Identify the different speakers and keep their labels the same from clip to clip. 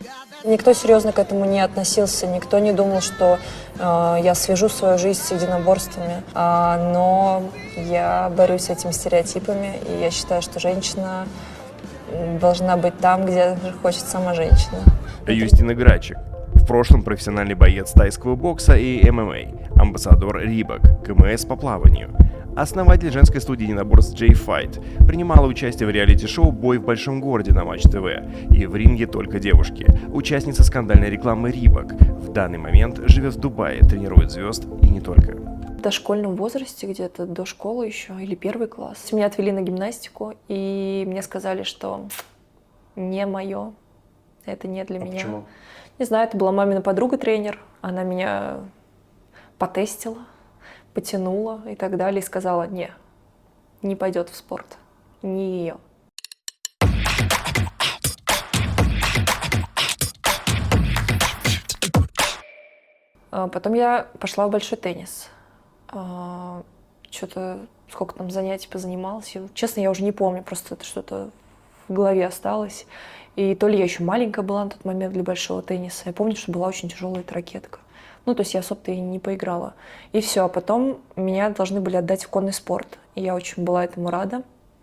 Speaker 1: Никто серьезно к этому не относился, никто не думал, что я свяжу свою жизнь с единоборствами. Но я борюсь с этими стереотипами, и я считаю, что женщина должна быть там, где хочет сама женщина.
Speaker 2: Юстина Грачик. В прошлом профессиональный боец тайского бокса и ММА, амбассадор Рибок, КМС по плаванию. Основатель женской студии единоборств J-Fight, принимала участие в реалити-шоу «Бой в большом городе» на Матч ТВ и в ринге только девушки. Участница скандальной рекламы Рибок. В данный момент живет в Дубае, тренирует звезд и не только.
Speaker 1: В дошкольном возрасте, где-то до школы еще, или первый класс, меня отвели на гимнастику, и мне сказали, что не мое, это не для меня.
Speaker 3: Почему?
Speaker 1: Не знаю, это была мамина подруга-тренер, она меня потестила, потянула и так далее, и сказала: не пойдет в спорт, не ее. Потом я пошла в большой теннис. Что-то, сколько там занятий позанималась. Честно, я уже не помню, просто это что-то в голове осталось. И то ли я еще маленькая была на тот момент для большого тенниса. Я помню, что была очень тяжелая эта ракетка. Ну, то есть я особо-то и не поиграла. И все, а потом меня должны были отдать в конный спорт. И я очень была этому рада.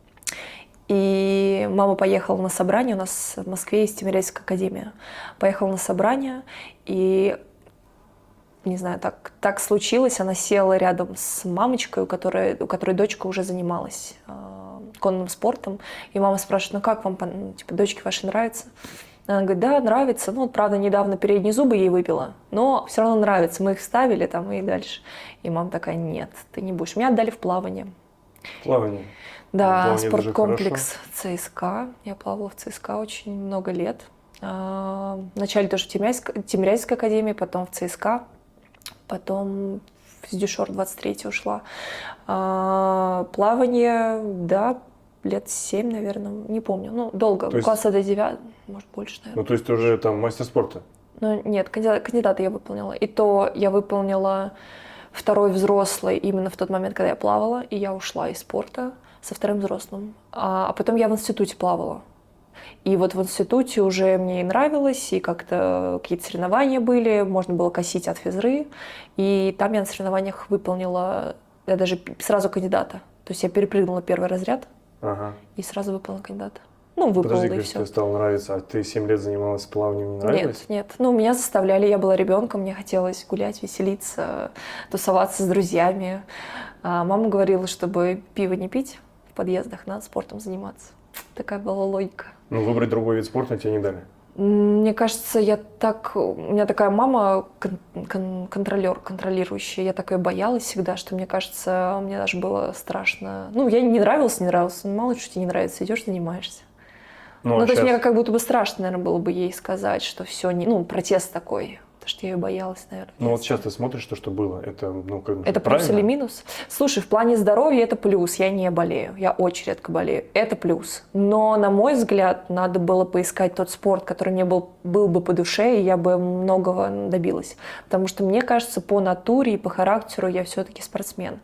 Speaker 1: И мама поехала на собрание, у нас в Москве есть Тимирязевская академия. Поехала на собрание, и, не знаю, так случилось, она села рядом с мамочкой, у которой дочка уже занималась конным спортом. И мама спрашивает: ну как вам, типа, дочке вашей нравится? Она говорит: да, нравится. Ну, вот, правда, недавно передние зубы ей выбила, но все равно нравится. Мы их вставили там и дальше. И мама такая: нет, ты не будешь. Меня отдали в плавание.
Speaker 3: Плавание?
Speaker 1: Да,
Speaker 3: Плавание
Speaker 1: спорткомплекс ЦСКА. Я плавала в ЦСКА очень много лет. Вначале тоже в Тимирязевской академии, потом в ЦСКА, потом в Дюшор 23 ушла. Плавание, да, лет 7, наверное, не помню. Ну, долго,
Speaker 3: то есть...
Speaker 1: класса до 9, может, больше, наверное.
Speaker 3: Ну, то есть ты уже там мастер спорта?
Speaker 1: Ну, нет, кандидата я выполнила. И то я выполнила второй взрослый именно в тот момент, когда я плавала, и я ушла из спорта со вторым взрослым. А потом я в институте плавала. И вот в институте уже мне и нравилось, и как-то какие-то соревнования были, можно было косить от физры. И там я на соревнованиях выполнила, я даже сразу кандидата. То есть я перепрыгнула первый разряд.
Speaker 3: Ага.
Speaker 1: И сразу выполнила кандидата. Ну, выполнила.
Speaker 3: Подожди,
Speaker 1: и
Speaker 3: как
Speaker 1: все.
Speaker 3: тебе стало нравиться? А ты 7 лет занималась плаванием, не нравилось?
Speaker 1: Нет. Ну, меня заставляли, я была ребенком, мне хотелось гулять, веселиться, тусоваться с друзьями. А мама говорила, чтобы пиво не пить в подъездах, надо спортом заниматься. Такая была логика.
Speaker 3: Ну, выбрать другой вид спорта тебе не дали?
Speaker 1: Мне кажется, у меня такая мама контролирующая, я такая боялась всегда, что, мне кажется, мне даже было страшно. Ну, я не нравилась, мало ли, что тебе не нравится, идешь, занимаешься.
Speaker 3: Ну,
Speaker 1: то есть мне как будто бы страшно, наверное, было бы ей сказать, что все, протест такой. Потому что я ее боялась, наверное.
Speaker 3: Ну вот сейчас ты смотришь то, что было, это, ну, как бы,
Speaker 1: это плюс или минус? Слушай, в плане здоровья это плюс, я не болею, я очень редко болею, это плюс. Но, на мой взгляд, надо было поискать тот спорт, который мне был бы по душе, и я бы многого добилась. Потому что, мне кажется, по натуре и по характеру я все-таки спортсмен.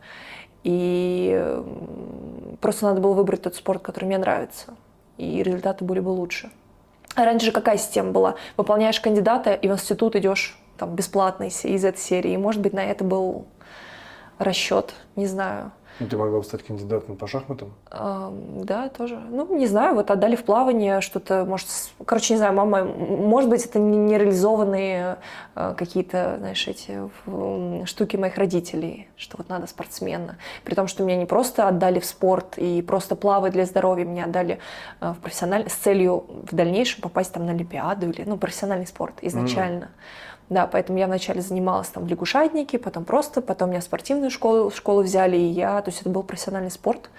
Speaker 1: И просто надо было выбрать тот спорт, который мне нравится, и результаты были бы лучше. А раньше же какая система была? Выполняешь кандидата и в институт идешь там, бесплатно из этой серии. И, может быть, на это был расчет, не знаю.
Speaker 3: Ну, ты могла бы стать кандидатом по шахматам?
Speaker 1: Да, тоже. Ну, не знаю, вот отдали в плавание что-то, может... Короче, не знаю, мама... Может быть, это нереализованные какие-то, знаешь, эти штуки моих родителей, что вот надо спортсмена. При том, что меня не просто отдали в спорт и просто плавать для здоровья, меня отдали в профессиональный... с целью в дальнейшем попасть там на Олимпиаду или, профессиональный спорт изначально. Да, поэтому я вначале занималась там в лягушатнике, потом меня в спортивную школу взяли, то есть это был профессиональный спорт.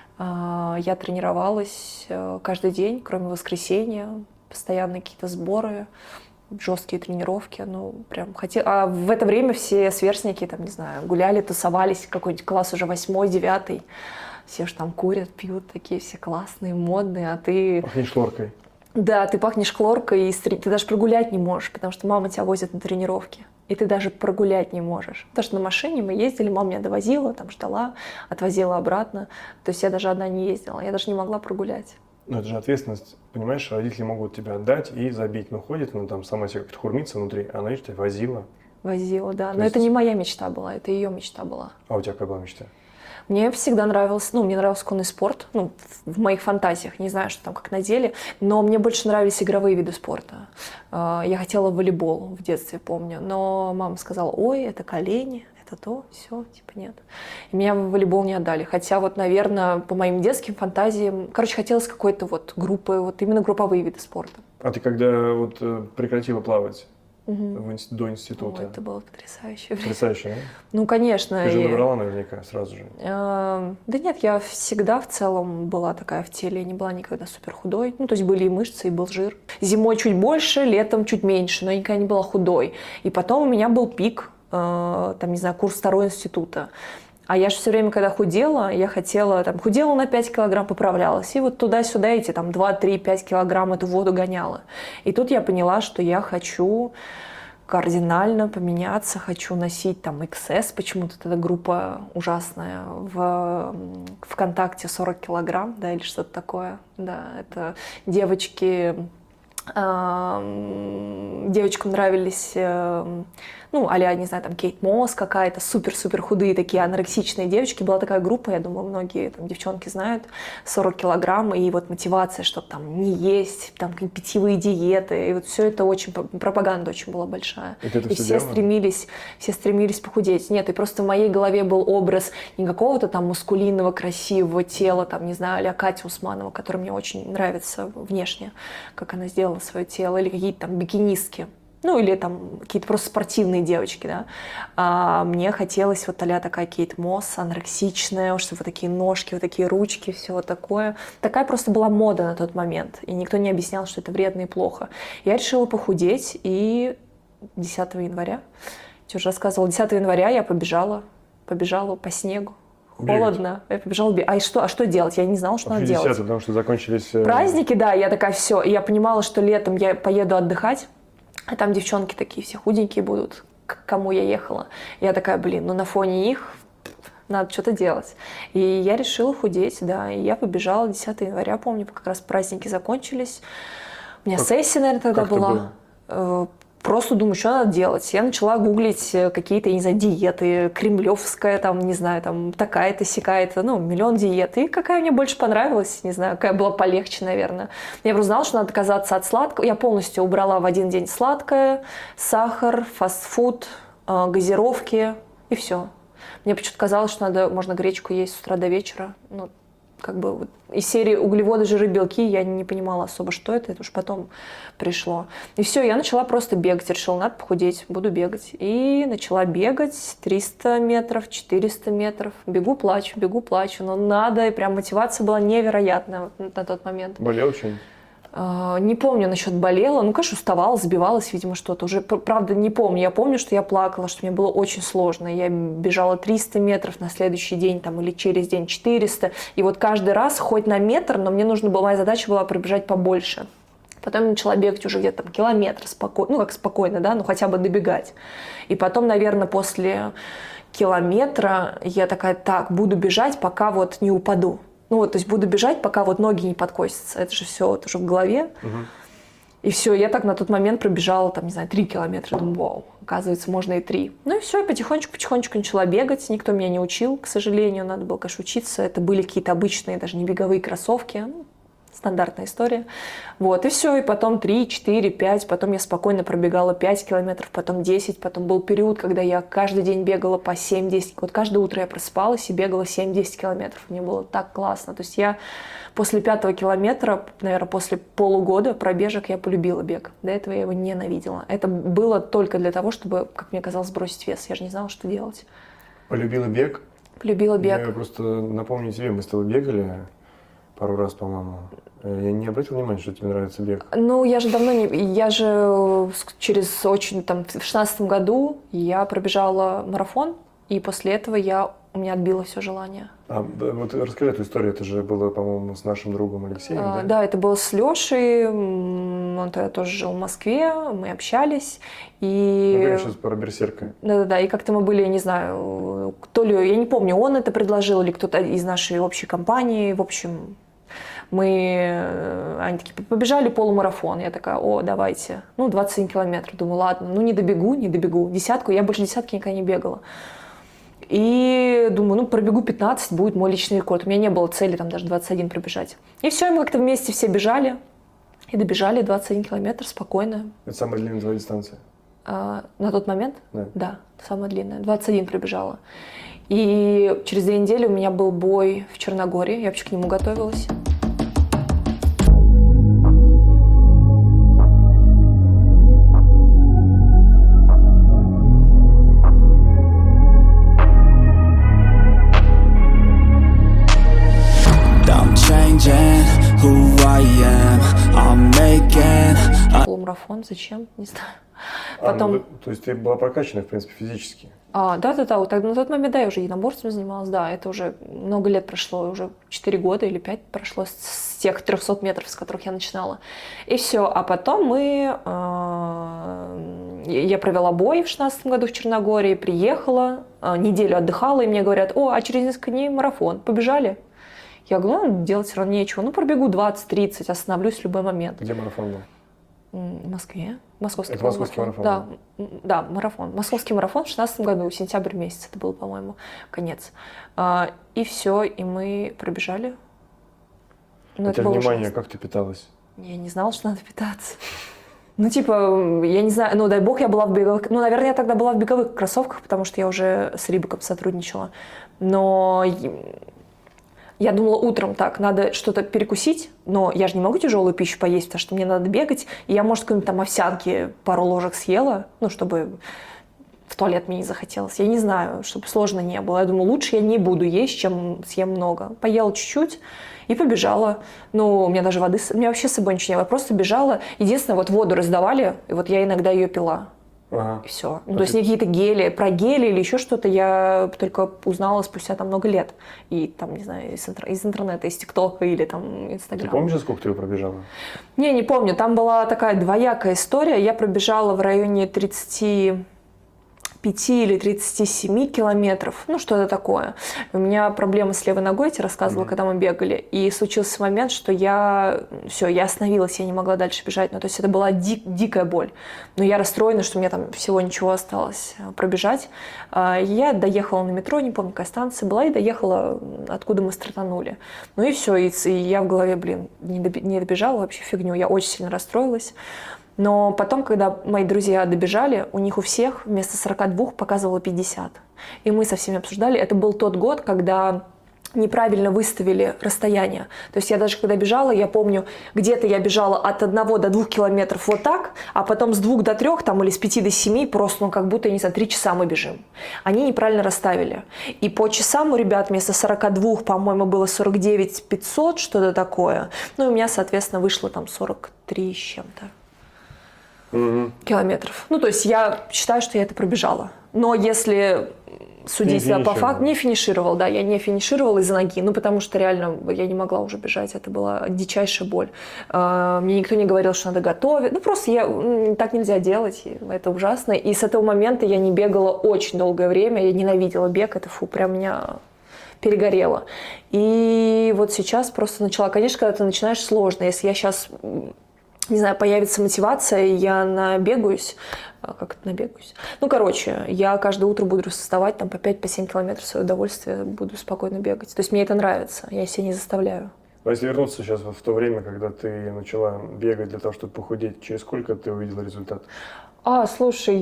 Speaker 1: Я тренировалась каждый день, кроме воскресенья, постоянно какие-то сборы, жесткие тренировки, прям хотела. А в это время все сверстники, там, не знаю, гуляли, тусовались, какой-нибудь класс уже 8-й, 9-й, все же там курят, пьют, такие все классные, модные, а ты...
Speaker 3: Пахнешь хлоркой.
Speaker 1: Да, ты пахнешь хлоркой, и ты даже прогулять не можешь, потому что мама тебя возит на тренировки, и ты даже прогулять не можешь. Потому что на машине мы ездили, мама меня довозила, там ждала, отвозила обратно. То есть я даже одна не ездила, я даже не могла прогулять.
Speaker 3: Ну, это же ответственность, понимаешь, родители могут тебя отдать и забить. Ну, ходит, ну, там сама себе как-то хурмится внутри, а она, видишь, тебя возила.
Speaker 1: Возила, да.
Speaker 3: То
Speaker 1: Но
Speaker 3: есть-
Speaker 1: это не моя мечта была, это ее мечта была.
Speaker 3: А у тебя какая была мечта?
Speaker 1: Мне всегда нравился, мне нравился конный спорт, в моих фантазиях, не знаю, что там как на деле, но мне больше нравились игровые виды спорта. Я хотела в волейбол в детстве, помню, но мама сказала: ой, это колени, это то, все, типа нет. И меня в волейбол не отдали, хотя вот, наверное, по моим детским фантазиям, хотелось какой-то вот группы, вот именно групповые виды спорта.
Speaker 3: А ты когда вот прекратила плавать
Speaker 1: Мгм.
Speaker 3: до института?
Speaker 1: Ой, это было потрясающе.
Speaker 3: Потрясающе, да?
Speaker 1: Ну, конечно.
Speaker 3: Ты же
Speaker 1: и-
Speaker 3: набрала наверняка сразу же.
Speaker 1: Да нет, я всегда в целом была такая в теле, я не была никогда супер худой. Ну, то есть были и мышцы, и был жир. Зимой чуть больше, летом чуть меньше, но я никогда не была худой. И потом у меня был пик, там, не знаю, курс второго института. А я же все время, когда худела, я хотела, худела на 5 килограмм, поправлялась. И вот туда-сюда эти 2, 3, 5 килограмм эту воду гоняла. И тут я поняла, что я хочу кардинально поменяться, хочу носить XS, почему-то эта группа ужасная, в ВКонтакте 40 килограмм, да, или что-то такое. Да, это девочкам нравились, а-ля, не знаю, Кейт Мосс какая-то, супер-супер худые такие анорексичные девочки. Была такая группа, я думаю, многие девчонки знают, 40 килограмм, и вот мотивация, чтобы не есть, какие-то питьевые диеты, и вот все это очень, пропаганда очень была большая.
Speaker 3: И ты это
Speaker 1: И
Speaker 3: всё
Speaker 1: все
Speaker 3: делала?
Speaker 1: стремились похудеть. Нет, и просто в моей голове был образ не какого-то мускулинного, красивого тела, не знаю, а-ля Катя Усманова, которая мне очень нравится внешне, как она сделала свое тело, или какие-то бикинистки. Или какие-то просто спортивные девочки, да. А мне хотелось вот а-ля такая Кейт Мосс, анорексичная, чтобы вот такие ножки, вот такие ручки, все вот такое. Такая просто была мода на тот момент, и никто не объяснял, что это вредно и плохо. Я решила похудеть, и 10 января, я уже рассказывала, 10 января я побежала по снегу.
Speaker 3: Бегать.
Speaker 1: Холодно. Я побежала бегать. А что делать? Я не знала, что надо делать.
Speaker 3: 60, потому что закончились...
Speaker 1: Праздники, да, я такая, все. И я понимала, что летом я поеду отдыхать, а там девчонки такие все худенькие будут, к кому я ехала. Я такая, на фоне них надо что-то делать. И я решила худеть, да, и я побежала 10 января, помню, как раз праздники закончились. У меня сессия, наверное, тогда
Speaker 3: как это
Speaker 1: была. Просто думаю, что надо делать. Я начала гуглить какие-то, я не знаю, диеты, кремлевская, не знаю, такая-то, сякая-то, миллион диет. И какая мне больше понравилась, не знаю, какая была полегче, наверное. Я просто знала, что надо отказаться от сладкого. Я полностью убрала в один день сладкое, сахар, фастфуд, газировки и все. Мне почему-то казалось, что можно гречку есть с утра до вечера. Из серии углеводы, жиры, белки я не понимала особо, что это уж потом пришло. И все, я начала просто бегать, решила, надо похудеть, буду бегать. И начала бегать 300 метров, 400 метров, бегу, плачу, но надо, и прям мотивация была невероятная на тот момент.
Speaker 3: Болел что-нибудь?
Speaker 1: Не помню насчет болела, конечно, уставала, сбивалась, видимо, что-то. Уже, правда, не помню. Я помню, что я плакала, что мне было очень сложно. Я бежала 300 метров на следующий день или через день 400. И вот каждый раз хоть на метр, но мне нужно было, моя задача была пробежать побольше. Потом я начала бегать уже где-то километр спокойно, как спокойно, да, хотя бы добегать. И потом, наверное, после километра я такая, буду бежать, пока не упаду. То есть буду бежать, пока ноги не подкосятся. Это же все, это уже в голове.
Speaker 3: Угу.
Speaker 1: И все, я так на тот момент пробежала, 3 километра. Думаю, вау, оказывается, можно и 3. И все, я потихонечку начала бегать. Никто меня не учил, к сожалению. Надо было, конечно, учиться. Это были какие-то обычные, даже не беговые кроссовки. Стандартная история. И все, и потом 3, 4, 5, потом я спокойно пробегала 5 километров, потом 10, потом был период, когда я каждый день бегала по 7-10, каждое утро я просыпалась и бегала 7-10 километров, мне было так классно, то есть я после 5-го километра, наверное, после полугода пробежек я полюбила бег, до этого я его ненавидела, это было только для того, чтобы, как мне казалось, сбросить вес, я же не знала, что делать.
Speaker 3: Полюбила бег?
Speaker 1: Полюбила бег.
Speaker 3: Я просто напомню тебе, мы с тобой бегали пару раз, по-моему. Я не обратил внимания, что тебе нравится бег.
Speaker 1: Я же давно не... Я же через очень... в 16-м году я пробежала марафон, и после этого у меня отбило все желание.
Speaker 3: Вот расскажи эту историю. Это же было, по-моему, с нашим другом Алексеем, да?
Speaker 1: Да, это было с Лешей. Он тогда тоже жил в Москве. Мы общались. И...
Speaker 3: Мы говорим сейчас про берсерка.
Speaker 1: Да. И как-то мы были, я не знаю, то ли... Я не помню, он это предложил или кто-то из нашей общей компании. В общем... Они такие, побежали полумарафон. Я такая, о, давайте. 21 километр. Думаю, ладно, не добегу. Десятку, я больше десятки никогда не бегала. И думаю, пробегу 15, будет мой личный рекорд. У меня не было цели там даже 21 пробежать. И все, мы как-то вместе все бежали. И добежали 21 километр спокойно.
Speaker 3: Это самая длинная твоя дистанция?
Speaker 1: На тот момент?
Speaker 3: Да.
Speaker 1: Да, самая длинная. 21 пробежала. И через 2 недели у меня был бой в Черногории. Я вообще к нему готовилась. Полумарафон, зачем? Не знаю. Потом...
Speaker 3: То есть ты была прокачана, в принципе, физически?
Speaker 1: Да. На тот момент, да, я уже единоборством занималась, да, это уже много лет прошло, уже 4 года или 5 прошло с тех 300 метров, с которых я начинала. И все, а потом я провела бой в 2016 году в Черногории, приехала, неделю отдыхала, и мне говорят, а через несколько дней марафон, побежали? Я говорю, делать все равно нечего, пробегу 20-30, остановлюсь в любой момент.
Speaker 3: Где марафон был?
Speaker 1: В Москве. Московский
Speaker 3: марафон?
Speaker 1: Да, марафон. Московский марафон в 2016 году, сентябрь месяц, это был, по-моему, конец. И все, и мы пробежали.
Speaker 3: Хотя внимание, как ты питалась?
Speaker 1: Я не знала, что надо питаться. Я не знаю, дай бог, я была в беговых... наверное, я тогда была в беговых кроссовках, потому что я уже с Рибаком сотрудничала. Но... Я думала, утром так, надо что-то перекусить, но я же не могу тяжелую пищу поесть, потому что мне надо бегать, и я, может, какой-нибудь там овсянки пару ложек съела, чтобы в туалет мне не захотелось. Я не знаю, чтобы сложно не было. Я думаю, лучше я не буду есть, чем съем много. Поела чуть-чуть и побежала. У меня даже воды... У меня вообще с собой ничего не было. Я просто бежала. Единственное, воду раздавали, и я иногда ее пила.
Speaker 3: Ага.
Speaker 1: И все. То есть какие-то гели, про гели или еще что-то я только узнала спустя много лет. И там, не знаю, из интернета, из ТикТока или там Инстаграма.
Speaker 3: Ты помнишь, сколько ты пробежала?
Speaker 1: Не помню. Там была такая двоякая история. Я пробежала в районе 35 или 37 километров, что-то такое. У меня проблемы с левой ногой, я тебе рассказывала, когда мы бегали, и случился момент, что я остановилась, я не могла дальше бежать, то есть это была дикая боль. Но я расстроена, что мне там всего ничего осталось пробежать. Я доехала на метро, не помню, какая станция была, и доехала, откуда мы стартанули. И все, и я в голове, не добежала, вообще фигню, я очень сильно расстроилась. Но потом, когда мои друзья добежали, у них у всех вместо 42 показывало 50. И мы со всеми обсуждали. Это был тот год, когда неправильно выставили расстояние. То есть я даже когда бежала, я помню, где-то я бежала от 1 до 2 километров вот так, а потом с 2 до 3 или с 5 до 7 просто, как будто, я не знаю, 3 часа мы бежим. Они неправильно расставили. И по часам у ребят вместо 42, по-моему, было 49 500, что-то такое. И у меня, соответственно, вышло там 43 с чем-то. Километров. То есть я считаю, что я это пробежала. Но если судить по факту, не финишировала, да, я не финишировала из-за ноги, потому что реально я не могла уже бежать, это была дичайшая боль. Мне никто не говорил, что надо готовить, просто так нельзя делать, это ужасно. И с этого момента я не бегала очень долгое время, я ненавидела бег, это прям меня перегорело. И вот сейчас просто начала, конечно, когда ты начинаешь, сложно. Если я сейчас... Не знаю, появится мотивация, и я набегаюсь. Как это набегаюсь? Я каждое утро буду вставать по 5-7 километров в свое удовольствие, буду спокойно бегать. То есть мне это нравится, я себя не заставляю.
Speaker 3: А если вернуться сейчас в то время, когда ты начала бегать для того, чтобы похудеть, через сколько ты увидела результат?
Speaker 1: Слушай,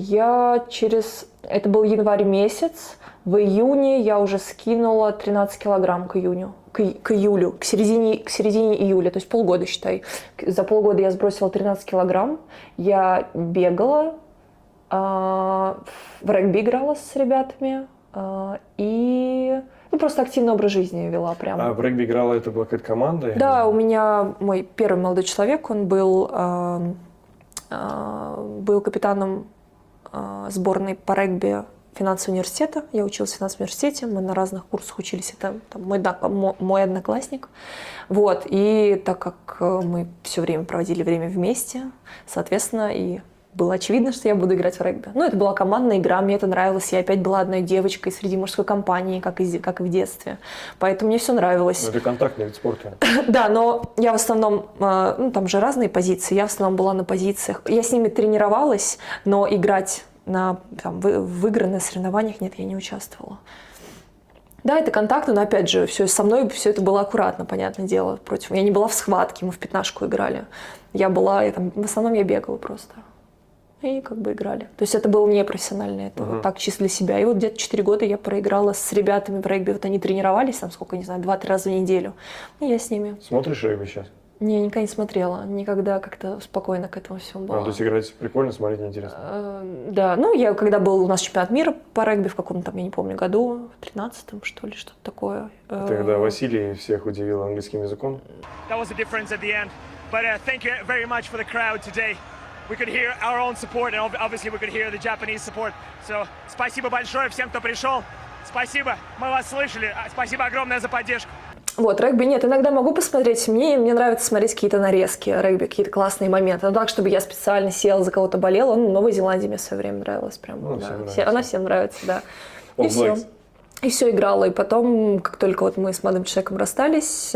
Speaker 1: это был январь месяц, в июне я уже скинула 13 килограмм к июлю, к середине июля, то есть полгода, считай. За полгода я сбросила 13 килограмм, я бегала, в регби играла с ребятами, и просто активный образ жизни вела прям.
Speaker 3: А в регби играла, это была какая-то команда?
Speaker 1: Да, у меня мой первый молодой человек, он был капитаном сборной по регби финансового университета. Я училась в финансовом университете, мы на разных курсах учились, это мой одноклассник. И так как мы все время проводили время вместе, соответственно, и было очевидно, что я буду играть в регби. Ну, это была командная игра, мне это нравилось. Я опять была одной девочкой среди мужской компании, как и в детстве. Поэтому мне все нравилось.
Speaker 3: Но это контактный вид спорта.
Speaker 1: Да, но я в основном, ну, там же разные позиции, я в основном была на позициях. Я с ними тренировалась, но играть в игры, на соревнованиях, нет, я не участвовала. Да, это контакты, но опять же, со мной все это было аккуратно, понятное дело. Я не была в схватке, мы в пятнашку играли. В основном я бегала просто. И как бы играли. То есть это было не профессионально, это вот так чисто для себя. И вот где-то 4 года я проиграла с ребятами в регби. Вот они тренировались там, сколько, не знаю, 2-3 раза в неделю. И я с ними.
Speaker 3: Смотришь регби сейчас?
Speaker 1: Не, никогда не смотрела. Никогда как-то спокойно к этому всему была.
Speaker 3: То есть играть прикольно, смотреть неинтересно?
Speaker 1: Да, ну я когда был у нас чемпионат мира по регби в каком-то там, я не помню, году, в 13-м, что ли, что-то такое.
Speaker 3: Тогда Василий всех удивил английским языком.
Speaker 4: But thank you very much for the crowd today. We could hear our own support, and obviously we could hear the Japanese support. So, спасибо большое всем, кто пришел. Спасибо, мы вас слышали. Спасибо огромное за поддержку.
Speaker 1: Вот, регби нет, иногда могу посмотреть. Мне нравится смотреть какие-то нарезки регби, какие-то классные моменты. Но так, чтобы я специально села, за кого-то болела. Ну, Новая Зеландия мне в свое время нравилась. Прям,
Speaker 3: ну,
Speaker 1: да. Она всем нравится, да.
Speaker 3: И
Speaker 1: все. И все играла. И потом, как только вот мы с молодым человеком расстались,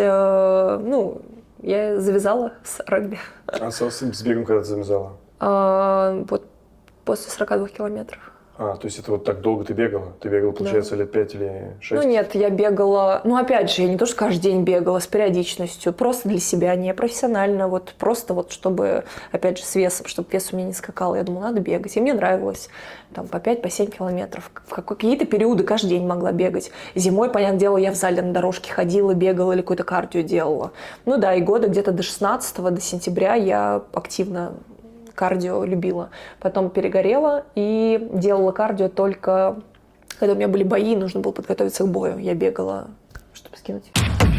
Speaker 1: я завязала с регби.
Speaker 3: А с бегом когда ты завязала?
Speaker 1: Вот после 42 километров.
Speaker 3: То есть это вот так долго ты бегала? Ты бегала, получается, лет 5 или 6?
Speaker 1: Ну нет, я бегала, опять же, я не то, что каждый день бегала, с периодичностью, просто для себя, не профессионально, вот просто вот, чтобы, опять же, с весом, чтобы вес у меня не скакал. Я думала, надо бегать, и мне нравилось, там, по 5-7 километров. В какие-то периоды каждый день могла бегать. Зимой, понятное дело, я в зале на дорожке ходила, бегала или какое-то кардио делала. Ну да, и года где-то до 16-го, до сентября я активно кардио любила. Потом перегорела и делала кардио только, когда у меня были бои, нужно было подготовиться к бою. Я бегала, чтобы скинуть.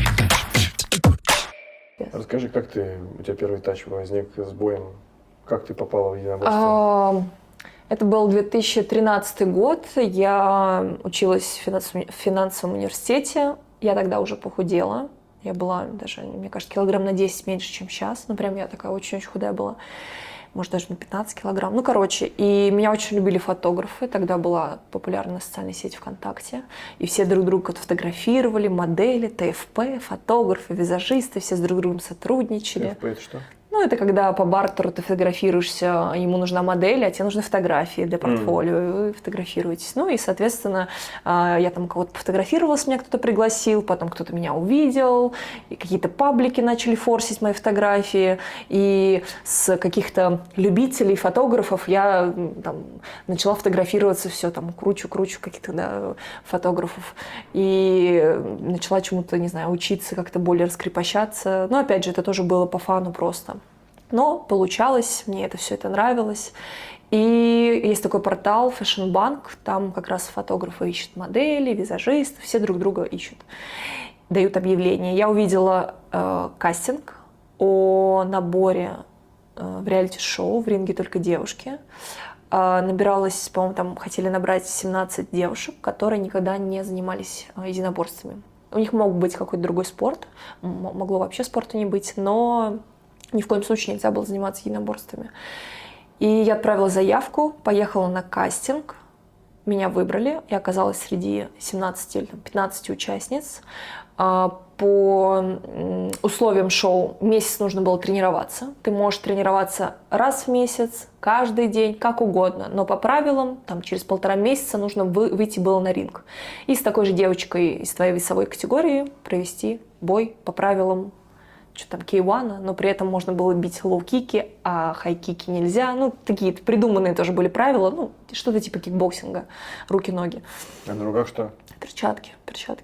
Speaker 3: Расскажи, как у тебя первый тач возник с боем? Как ты попала в единоборство?
Speaker 1: Это был 2013 год. Я училась в финансовом университете. Я тогда уже похудела. Я была даже, мне кажется, килограмм на 10 меньше, чем сейчас. Ну, прям я такая очень-очень худая была. Может, даже на 15 килограмм. Ну, короче, и меня очень любили фотографы. Тогда была популярна социальная сеть ВКонтакте. И все друг друга фотографировали, модели, ТФП, фотографы, визажисты, все с друг другом сотрудничали.
Speaker 3: ТФП это что?
Speaker 1: Ну, это когда по бартеру ты фотографируешься, ему нужна модель, а тебе нужны фотографии для портфолио, и вы фотографируетесь. Ну, и, соответственно, я там кого-то пофотографировалась, меня кто-то пригласил, потом кто-то меня увидел, и какие-то паблики начали форсить мои фотографии, и с каких-то любителей, фотографов я там начала фотографироваться все, там, кручу каких-то фотографов, и начала чему-то, не знаю, учиться, как-то более раскрепощаться. Но, опять же, это тоже было по фану просто. Но получалось, мне все это нравилось. И есть такой портал Fashion Bank, там как раз фотографы ищут модели, визажисты, все друг друга ищут, дают объявления. Я увидела кастинг о наборе в реалити-шоу «В ринге только девушки». Набиралось, по-моему, там хотели набрать 17 девушек, которые никогда не занимались единоборствами. У них мог быть какой-то другой спорт, могло вообще спорта не быть, но ни в коем случае нельзя было заниматься единоборствами. И я отправила заявку, поехала на кастинг, меня выбрали, я оказалась среди 17 или 15 участниц. По условиям шоу месяц нужно было тренироваться. Ты можешь тренироваться раз в месяц, каждый день, как угодно. Но по правилам, там, через 1,5 месяца нужно выйти было на ринг. И с такой же девочкой из твоей весовой категории провести бой по правилам что там, K1, но при этом можно было бить лоу-кики, а хай-кики нельзя. Ну, такие придуманные тоже были правила. Ну, что-то типа кикбоксинга, руки-ноги.
Speaker 3: А на руках что?
Speaker 1: Перчатки.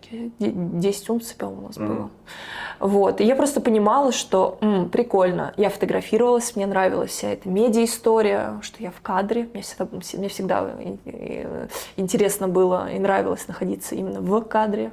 Speaker 1: 10 унций, по-моему, у нас было. Вот. И я просто понимала, что прикольно. Я фотографировалась, мне нравилась вся эта медиа-история, что я в кадре. Мне всегда интересно было и нравилось находиться именно в кадре.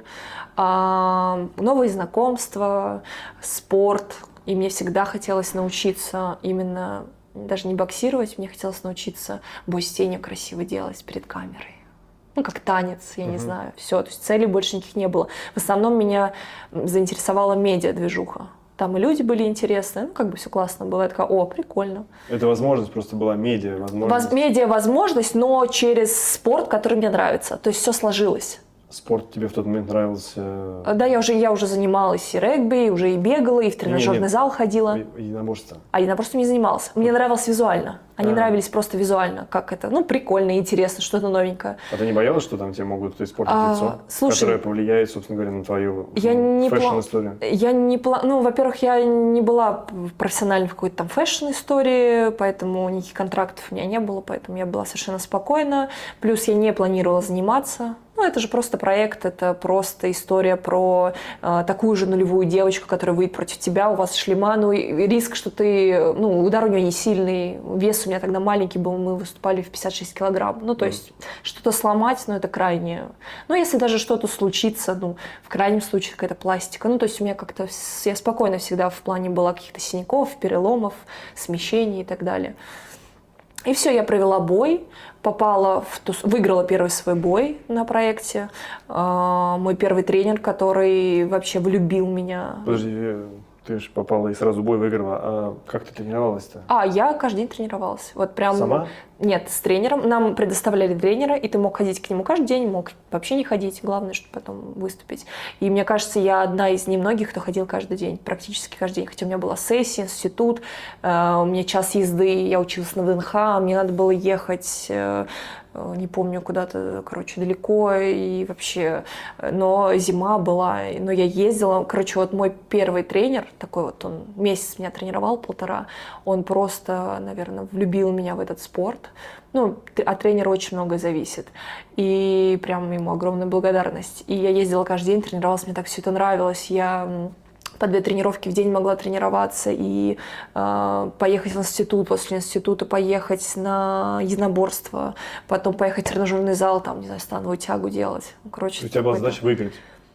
Speaker 1: Новые знакомства, спорт. И мне всегда хотелось научиться именно, даже не боксировать, мне хотелось научиться бой с тенью красиво делать перед камерой. Ну, как танец, я не знаю, все. То есть целей больше никаких не было. В основном меня заинтересовала медиа-движуха. Там и люди были интересные, ну, как бы все классно было. Я такая, о, прикольно.
Speaker 3: Это возможность просто была, медиа-возможность.
Speaker 1: Медиа-возможность, но через спорт, который мне нравится. То есть все сложилось.
Speaker 3: Спорт тебе в тот момент нравился?
Speaker 1: Да, я уже занималась и регби, уже и бегала, и в тренажерный зал ходила.
Speaker 3: Единоборство.
Speaker 1: А единоборством не занималась. Мне нравилось визуально. Они нравились просто визуально, как это, ну, прикольно, интересно, что-то новенькое.
Speaker 3: А ты не боялась, что там тебе могут испортить лицо,
Speaker 1: слушай,
Speaker 3: которое повлияет, собственно говоря, на твою фэшн-историю?
Speaker 1: Ну, во-первых, я не была профессиональной в какой-то там фэшн-истории, поэтому никаких контрактов у меня не было, поэтому я была совершенно спокойна. Плюс я не планировала заниматься. Ну, это же просто проект, это просто история про такую же нулевую девочку, которая выйдет против тебя, у вас шлема, ну, и риск, что ты, ну, удар у нее не сильный, вес у меня тогда маленький был, мы выступали в 56 килограмм, ну, то есть что-то сломать, ну, это крайне, ну, если даже что-то случится, ну, в крайнем случае какая-то пластика, ну, то есть у меня как-то, я спокойно всегда в плане была каких-то синяков, переломов, смещений и так далее. И все, я провела бой, выиграла первый свой бой на проекте. Мой первый тренер, который вообще влюбил меня.
Speaker 3: Подожди, ты же попала и сразу бой выиграла. А как ты тренировалась-то?
Speaker 1: Я каждый день тренировалась. Вот прям...
Speaker 3: Сама?
Speaker 1: Нет, с тренером. Нам предоставляли тренера, и ты мог ходить к нему каждый день, мог вообще не ходить. Главное, чтобы потом выступить. И мне кажется, я одна из немногих, кто ходил каждый день, практически каждый день. Хотя у меня была сессия, институт, у меня час езды, я училась на ВНХ, мне надо было ехать... не помню, куда-то, короче, далеко и вообще, но зима была, но я ездила, короче, вот мой первый тренер, такой вот, он месяц меня тренировал, 1,5, он просто, наверное, влюбил меня в этот спорт, ну, от тренера очень многое зависит, и прям ему огромная благодарность, и я ездила каждый день, тренировалась, мне так все это нравилось, я... по 2 тренировки в день могла тренироваться и поехать в институт, после института поехать на единоборство, потом поехать в тренажерный зал, там, не знаю, становую тягу делать. Короче,
Speaker 3: у тебя была задача выиграть?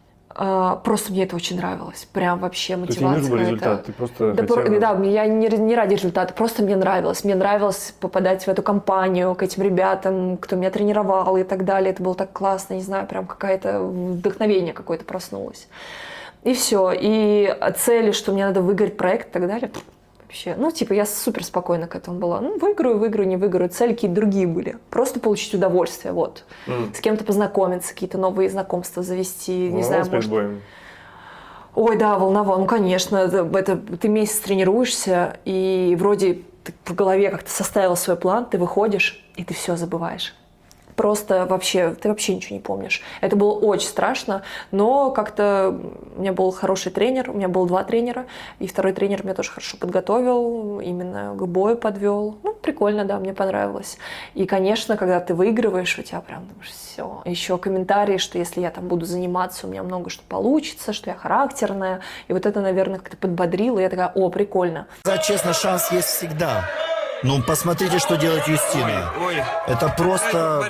Speaker 1: Просто мне это очень нравилось. Прям вообще мотивация.
Speaker 3: То есть не нужен был результат, ты просто хотела...
Speaker 1: Да, я не ради результата, просто мне нравилось. Мне нравилось попадать в эту компанию, к этим ребятам, кто меня тренировал и так далее. Это было так классно, не знаю, прям какое-то вдохновение какое-то проснулось. И все. И цели, что мне надо выиграть проект и так далее, вообще, ну, типа, я супер спокойно к этому была. Ну, выиграю, не выиграю. Цели какие-то другие были. Просто получить удовольствие, вот. С кем-то познакомиться, какие-то новые знакомства завести, не знаю, может...
Speaker 3: боем?
Speaker 1: Ой, да, волновал. Ну, конечно, это ты месяц тренируешься, и вроде ты в голове как-то составила свой план, ты выходишь, и ты все забываешь. Просто вообще, ты вообще ничего не помнишь. Это было очень страшно, но как-то у меня был хороший тренер, у меня было 2 тренера, и второй тренер меня тоже хорошо подготовил, именно к бою подвел. Ну, прикольно, да, мне понравилось. И, конечно, когда ты выигрываешь, у тебя прям думаешь, все. Еще комментарии, что если я там буду заниматься, у меня много что получится, что я характерная. И вот это, наверное, как-то подбодрило, и я такая, о, прикольно.
Speaker 5: Честно, шанс есть всегда. Ну, посмотрите, что делает Юстина. Это просто...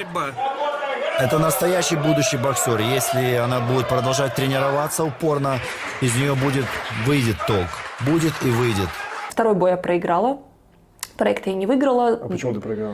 Speaker 5: Это настоящий будущий боксер. Если она будет продолжать тренироваться упорно, из нее выйдет толк. Будет и выйдет.
Speaker 1: Второй бой я проиграла. Проект я не выиграла.
Speaker 3: А почему ты проиграла?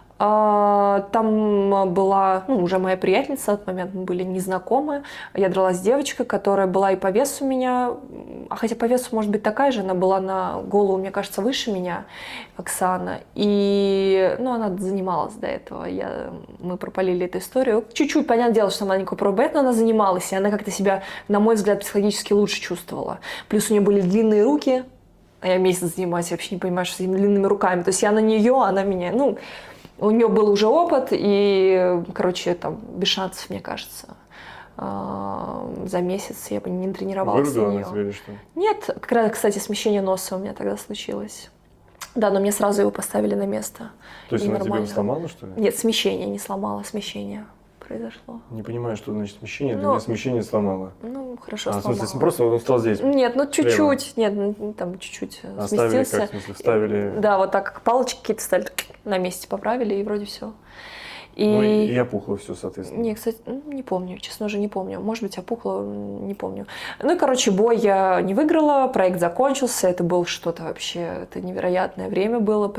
Speaker 1: Там была уже моя приятельница, в тот момент мы были незнакомы. Я дралась с девочкой, которая была и по весу меня, хотя по весу может быть такая же, она была на голову, мне кажется, выше меня, Оксана. И она занималась до этого. Мы пропалили эту историю. Чуть-чуть, понятное дело, что она маленькая пробэт, но она занималась, и она как-то себя, на мой взгляд, психологически лучше чувствовала. Плюс у нее были длинные руки, а я месяц занимаюсь, я вообще не понимаю, что с этими длинными руками. То есть я на нее, она меня, у нее был уже опыт, и, короче, там, без шансов, мне кажется. За месяц я бы не тренировалась на нее.
Speaker 3: Тебе или что?
Speaker 1: Нет, как раз, кстати, смещение носа у меня тогда случилось. Да, но мне сразу его поставили на место.
Speaker 3: То есть она тебе его сломала, что ли?
Speaker 1: Нет, смещение не сломала, смещение произошло.
Speaker 3: Не понимаю, что значит смещение. Для меня смещение сломало.
Speaker 1: Хорошо,
Speaker 3: сломала.
Speaker 1: сломала.
Speaker 3: В смысле, просто он стал здесь?
Speaker 1: Нет, чуть-чуть. Нет, там чуть-чуть
Speaker 3: оставили,
Speaker 1: сместился.
Speaker 3: как, в смысле, вставили?
Speaker 1: Да, вот так, как палочки какие-то стали на месте, поправили, и вроде все.
Speaker 3: И опухло все, соответственно.
Speaker 1: Не, кстати, не помню, честно уже не помню. Может быть, опухло, не помню. Бой я не выиграла, проект закончился, это было что-то вообще, это невероятное время было, прям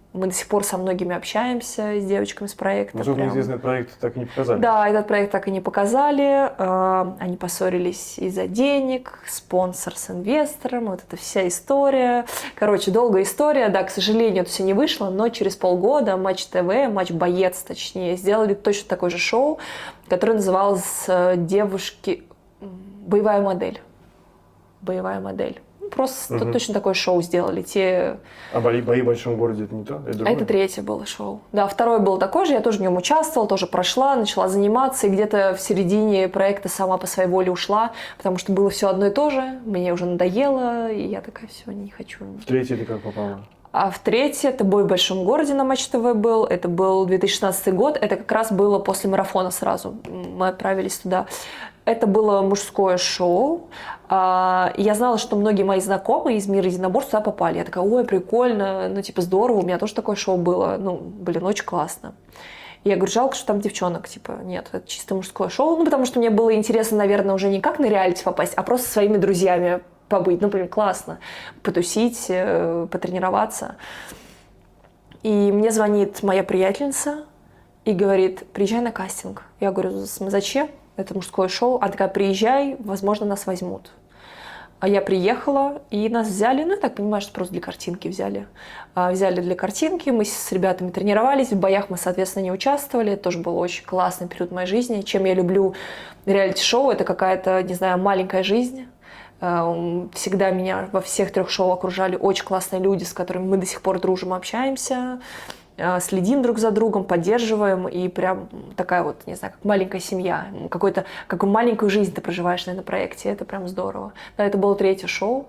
Speaker 1: Мы до сих пор со многими общаемся, с девочками с проекта.
Speaker 3: Насколько мне известно, этот проект так и не показали.
Speaker 1: Да, этот проект так и не показали. Они поссорились из-за денег, спонсор с инвестором, вот эта вся история. Короче, долгая история. Да, к сожалению, это все не вышло, но через полгода Матч ТВ, Матч Боец, точнее, сделали точно такое же шоу, которое называлось «Девушки... Боевая модель». Боевая модель. Просто точно такое шоу сделали.
Speaker 3: А бои в большом городе это не то? Это другое?
Speaker 1: Это третье было шоу. Да, второе было такое же, я тоже в нем участвовала, тоже прошла, начала заниматься, и где-то в середине проекта сама по своей воле ушла, потому что было все одно и то же, мне уже надоело, и я такая, все, не хочу.
Speaker 3: В третье ты как попала?
Speaker 1: А в третье это «Бой в большом городе» на Матч ТВ был, это был 2016 год, это как раз было после марафона сразу, мы отправились туда. Это было мужское шоу. Я знала, что многие мои знакомые из мира единоборств туда попали. Я такая, ой, прикольно, ну, типа, здорово, у меня тоже такое шоу было. Ну, блин, очень классно. И я говорю, жалко, что там девчонок, типа, нет, это чисто мужское шоу. Ну, потому что мне было интересно, наверное, уже не как на реалити попасть, а просто со своими друзьями побыть. Ну, блин, классно. Потусить, потренироваться. И мне звонит моя приятельница и говорит, приезжай на кастинг. Я говорю, зачем? Это мужское шоу. Она такая, приезжай, возможно, нас возьмут. А я приехала, и нас взяли, ну, я так понимаю, что просто для картинки взяли. Взяли для картинки, мы с ребятами тренировались, в боях мы, соответственно, не участвовали. Это тоже был очень классный период моей жизни. Чем я люблю реалити-шоу, это какая-то, не знаю, маленькая жизнь. Всегда меня во всех 3 шоу окружали очень классные люди, с которыми мы до сих пор дружим, общаемся. Следим друг за другом, поддерживаем, и прям такая вот, не знаю, как маленькая семья, какую маленькую жизнь ты проживаешь на проекте, это прям здорово. Да, это было 3-е шоу.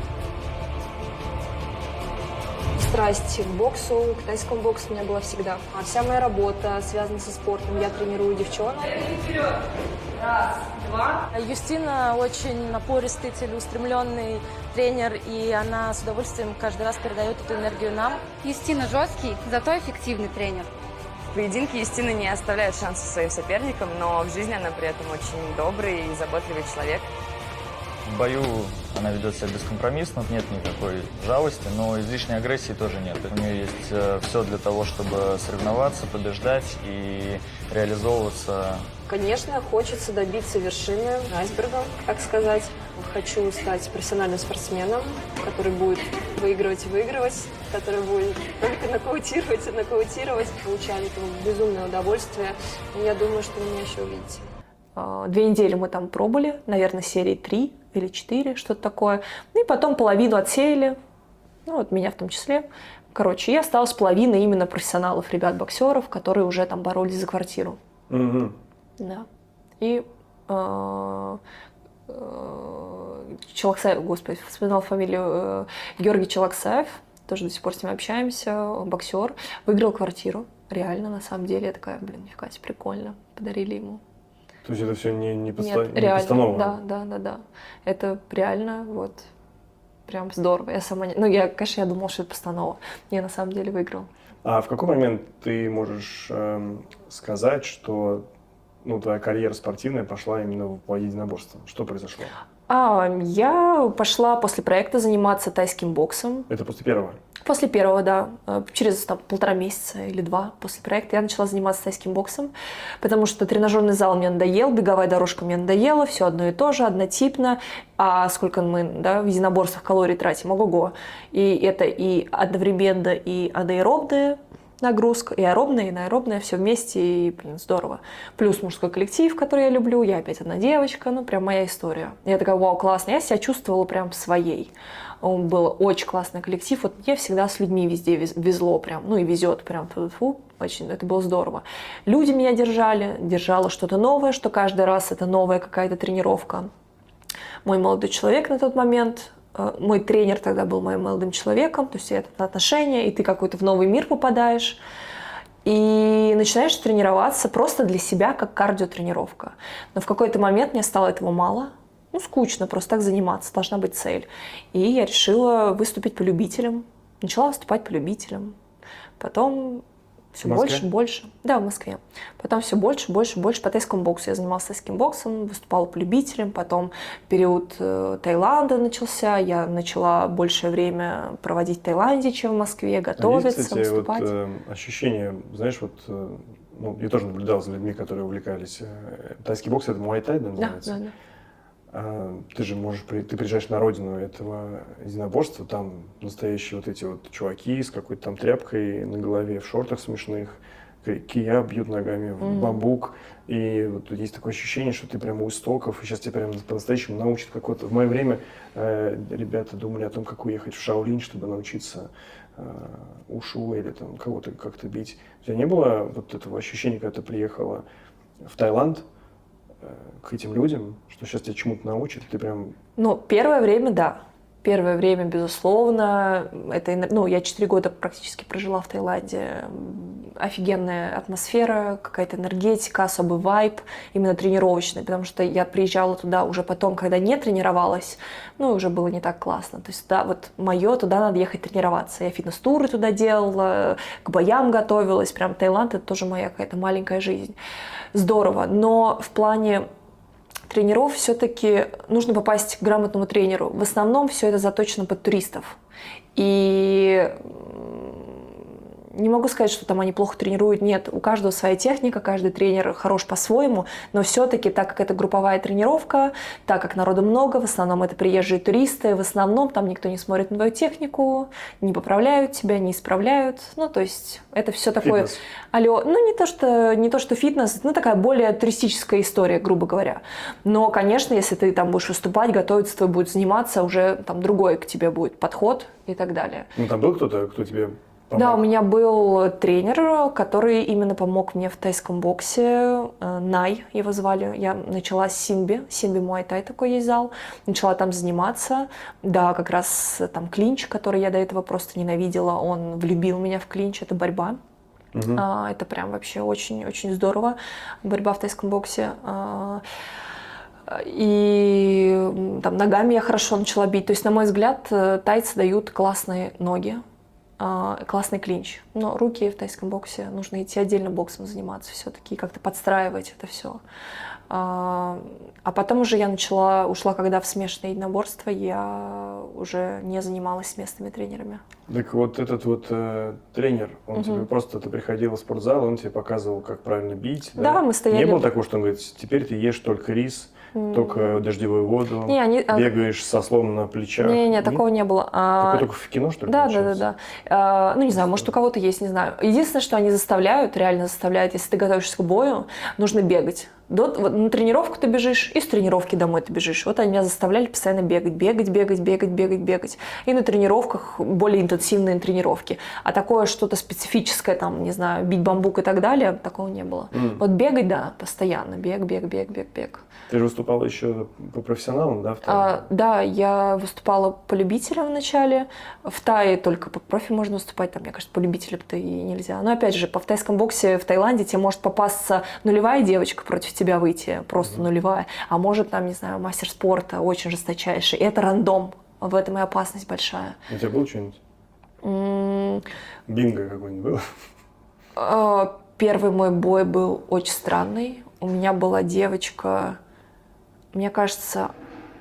Speaker 1: Страсть к боксу, к тайскому боксу у меня была всегда. А вся моя работа связана со спортом, я тренирую девчонок.
Speaker 6: Раз, два. Юстина очень напористый, целеустремленный тренер, и она с удовольствием каждый раз передает эту энергию нам.
Speaker 7: Юстина жесткий, зато эффективный тренер.
Speaker 8: В поединке Юстина не оставляет шансов своим соперникам, но в жизни она при этом очень добрый и заботливый человек.
Speaker 9: В бою она ведет себя бескомпромиссно, нет никакой жалости, но излишней агрессии тоже нет. У нее есть все для того, чтобы соревноваться, побеждать и реализовываться.
Speaker 1: Конечно, хочется добиться вершины айсберга, так сказать. Хочу стать профессиональным спортсменом, который будет выигрывать и выигрывать, который будет только нокаутировать и нокаутировать. Получали это безумное удовольствие. И я думаю, что вы меня еще увидите. 2 недели мы там пробовали, наверное, серии 3 или 4, что-то такое. И потом половину отсеяли, ну вот меня в том числе. Короче, я осталась половиной именно профессионалов, ребят-боксеров, которые уже там боролись за квартиру. Да. И Челаксаев, господи, вспоминал фамилию, Георгий Челаксаев, тоже до сих пор с ним общаемся, боксер, выиграл квартиру. Реально, на самом деле, я такая, блин, нифига себе, прикольно, подарили ему.
Speaker 3: То есть это все не
Speaker 1: реально,
Speaker 3: постанова?
Speaker 1: Да. Это реально, вот, прям здорово. Я сама, конечно, я думала, что это постанова. Я на самом деле выиграл. А
Speaker 3: в какой момент ты можешь сказать, что твоя карьера спортивная пошла именно по единоборству? Что произошло?
Speaker 1: Я пошла после проекта заниматься тайским боксом.
Speaker 3: Это после первого?
Speaker 1: После первого, да. Через 1,5 месяца или 2 после проекта я начала заниматься тайским боксом, потому что тренажерный зал мне надоел, беговая дорожка мне надоела, все одно и то же, однотипно. А сколько мы в единоборствах калорий тратим, ого-го. И это и одновременно и анаэробная нагрузка, и аэробная, и анаэробная, все вместе, и, блин, здорово. Плюс мужской коллектив, который я люблю, я опять одна девочка, прям моя история. Я такая, вау, классно, я себя чувствовала прям своей. Он был очень классный коллектив, вот мне всегда с людьми везде везло прям, и везет прям, очень, это было здорово. Люди меня держало что-то новое, что каждый раз это новая какая-то тренировка. Мой молодой человек на тот момент, мой тренер тогда был моим молодым человеком, то есть это отношения, и ты какой-то в новый мир попадаешь, и начинаешь тренироваться просто для себя, как кардиотренировка. Но в какой-то момент мне стало этого мало, скучно просто так заниматься, должна быть цель. И я решила выступить по любителям, начала выступать по любителям. Потом Все больше. Да, в Москве. Потом все больше по тайскому боксу. Я занималась тайским боксом, выступала по любителям. Потом период Таиланда начался. Я начала большее время проводить в Таиланде, чем в Москве, готовиться,
Speaker 3: есть, кстати,
Speaker 1: выступать.
Speaker 3: Вот, ощущение, знаешь, вот, ну, я тоже наблюдал за людьми, которые увлекались. Тайский бокс — это муай-тай, да, называется?
Speaker 1: Да.
Speaker 3: Ты же ты приезжаешь на родину этого единоборства, там настоящие вот эти вот чуваки с какой-то там тряпкой на голове, в шортах смешных, кия бьют ногами в бамбук, и вот есть такое ощущение, что ты прямо у истоков, и сейчас тебя прямо по-настоящему научат как-то. В мое время ребята думали о том, как уехать в Шаолинь, чтобы научиться ушу или там кого-то как-то бить. У тебя не было вот этого ощущения, когда ты приехала в Таиланд, к этим людям, что сейчас тебя чему-то научат, ты прям...
Speaker 1: Ну, первое время, да. Первое время, безусловно. Я 4 года практически прожила в Таиланде. Офигенная атмосфера, какая-то энергетика, особый вайб, именно тренировочный, потому что я приезжала туда уже потом, когда не тренировалась, уже было не так классно. То есть, да, вот туда надо ехать тренироваться. Я фитнес-туры туда делала, к боям готовилась. Прям Таиланд — это тоже моя какая-то маленькая жизнь. Здорово. Но в плане тренеров все-таки нужно попасть к грамотному тренеру. В основном все это заточено под туристов. И не могу сказать, что там они плохо тренируют. Нет, у каждого своя техника, каждый тренер хорош по-своему, но все-таки, так как это групповая тренировка, так как народу много, в основном это приезжие туристы, в основном там никто не смотрит на твою технику, не поправляют тебя, не исправляют. То есть это все такое...
Speaker 3: Фитнес.
Speaker 1: Не то, что фитнес, такая более туристическая история, грубо говоря. Но, конечно, если ты там будешь выступать, готовиться, твой будет заниматься, уже там другой к тебе будет подход и так далее.
Speaker 3: Там был кто-то, кто тебе...
Speaker 1: Да, у меня был тренер, который именно помог мне в тайском боксе. Най его звали. Я начала с Синби. Синби муай-тай такой есть зал. Начала там заниматься. Да, как раз там клинч, который я до этого просто ненавидела, он влюбил меня в клинч. Это борьба. Это прям вообще очень-очень здорово. Борьба в тайском боксе. И там ногами я хорошо начала бить. То есть, на мой взгляд, тайцы дают классные ноги. Классный клинч. Но руки в тайском боксе нужно идти отдельно боксом заниматься все-таки, как-то подстраивать это все. А потом уже я ушла, когда в смешанное единоборство, я уже не занималась с местными тренерами.
Speaker 3: Так вот этот вот тренер, он тебе просто, ты приходила в спортзал, он тебе показывал, как правильно бить.
Speaker 1: Да, мы стояли.
Speaker 3: Не было такого, что он говорит, теперь ты ешь только рис, только дождевую воду, бегаешь со слоном на плечах?
Speaker 1: Не, такого не было.
Speaker 3: Такое только в кино, что ли?
Speaker 1: Да. Не знаю, может, у кого-то есть, не знаю. Единственное, что они реально заставляют, если ты готовишься к бою, нужно бегать. На тренировку ты бежишь, и с тренировки домой ты бежишь. Вот они меня заставляли постоянно бегать. И на тренировках более интенсивные тренировки. А такое что-то специфическое, там, не знаю, бить бамбук и так далее, такого не было. Вот бегать, да, постоянно. Бег.
Speaker 3: Ты же выступала еще по профессионалам, да?
Speaker 1: Да, я выступала по любителям вначале. В Тае только по профи можно выступать, там, мне кажется, по любителям-то и нельзя. Но опять же, в тайском боксе в Таиланде тебе может попасться нулевая девочка против тебя выйти, просто нулевая. А может, там, не знаю, мастер спорта очень жесточайший. И это рандом. В этом и опасность большая.
Speaker 3: У тебя было что-нибудь? Бинго какой-нибудь был?
Speaker 1: Первый мой бой был очень странный. У меня была девочка, мне кажется,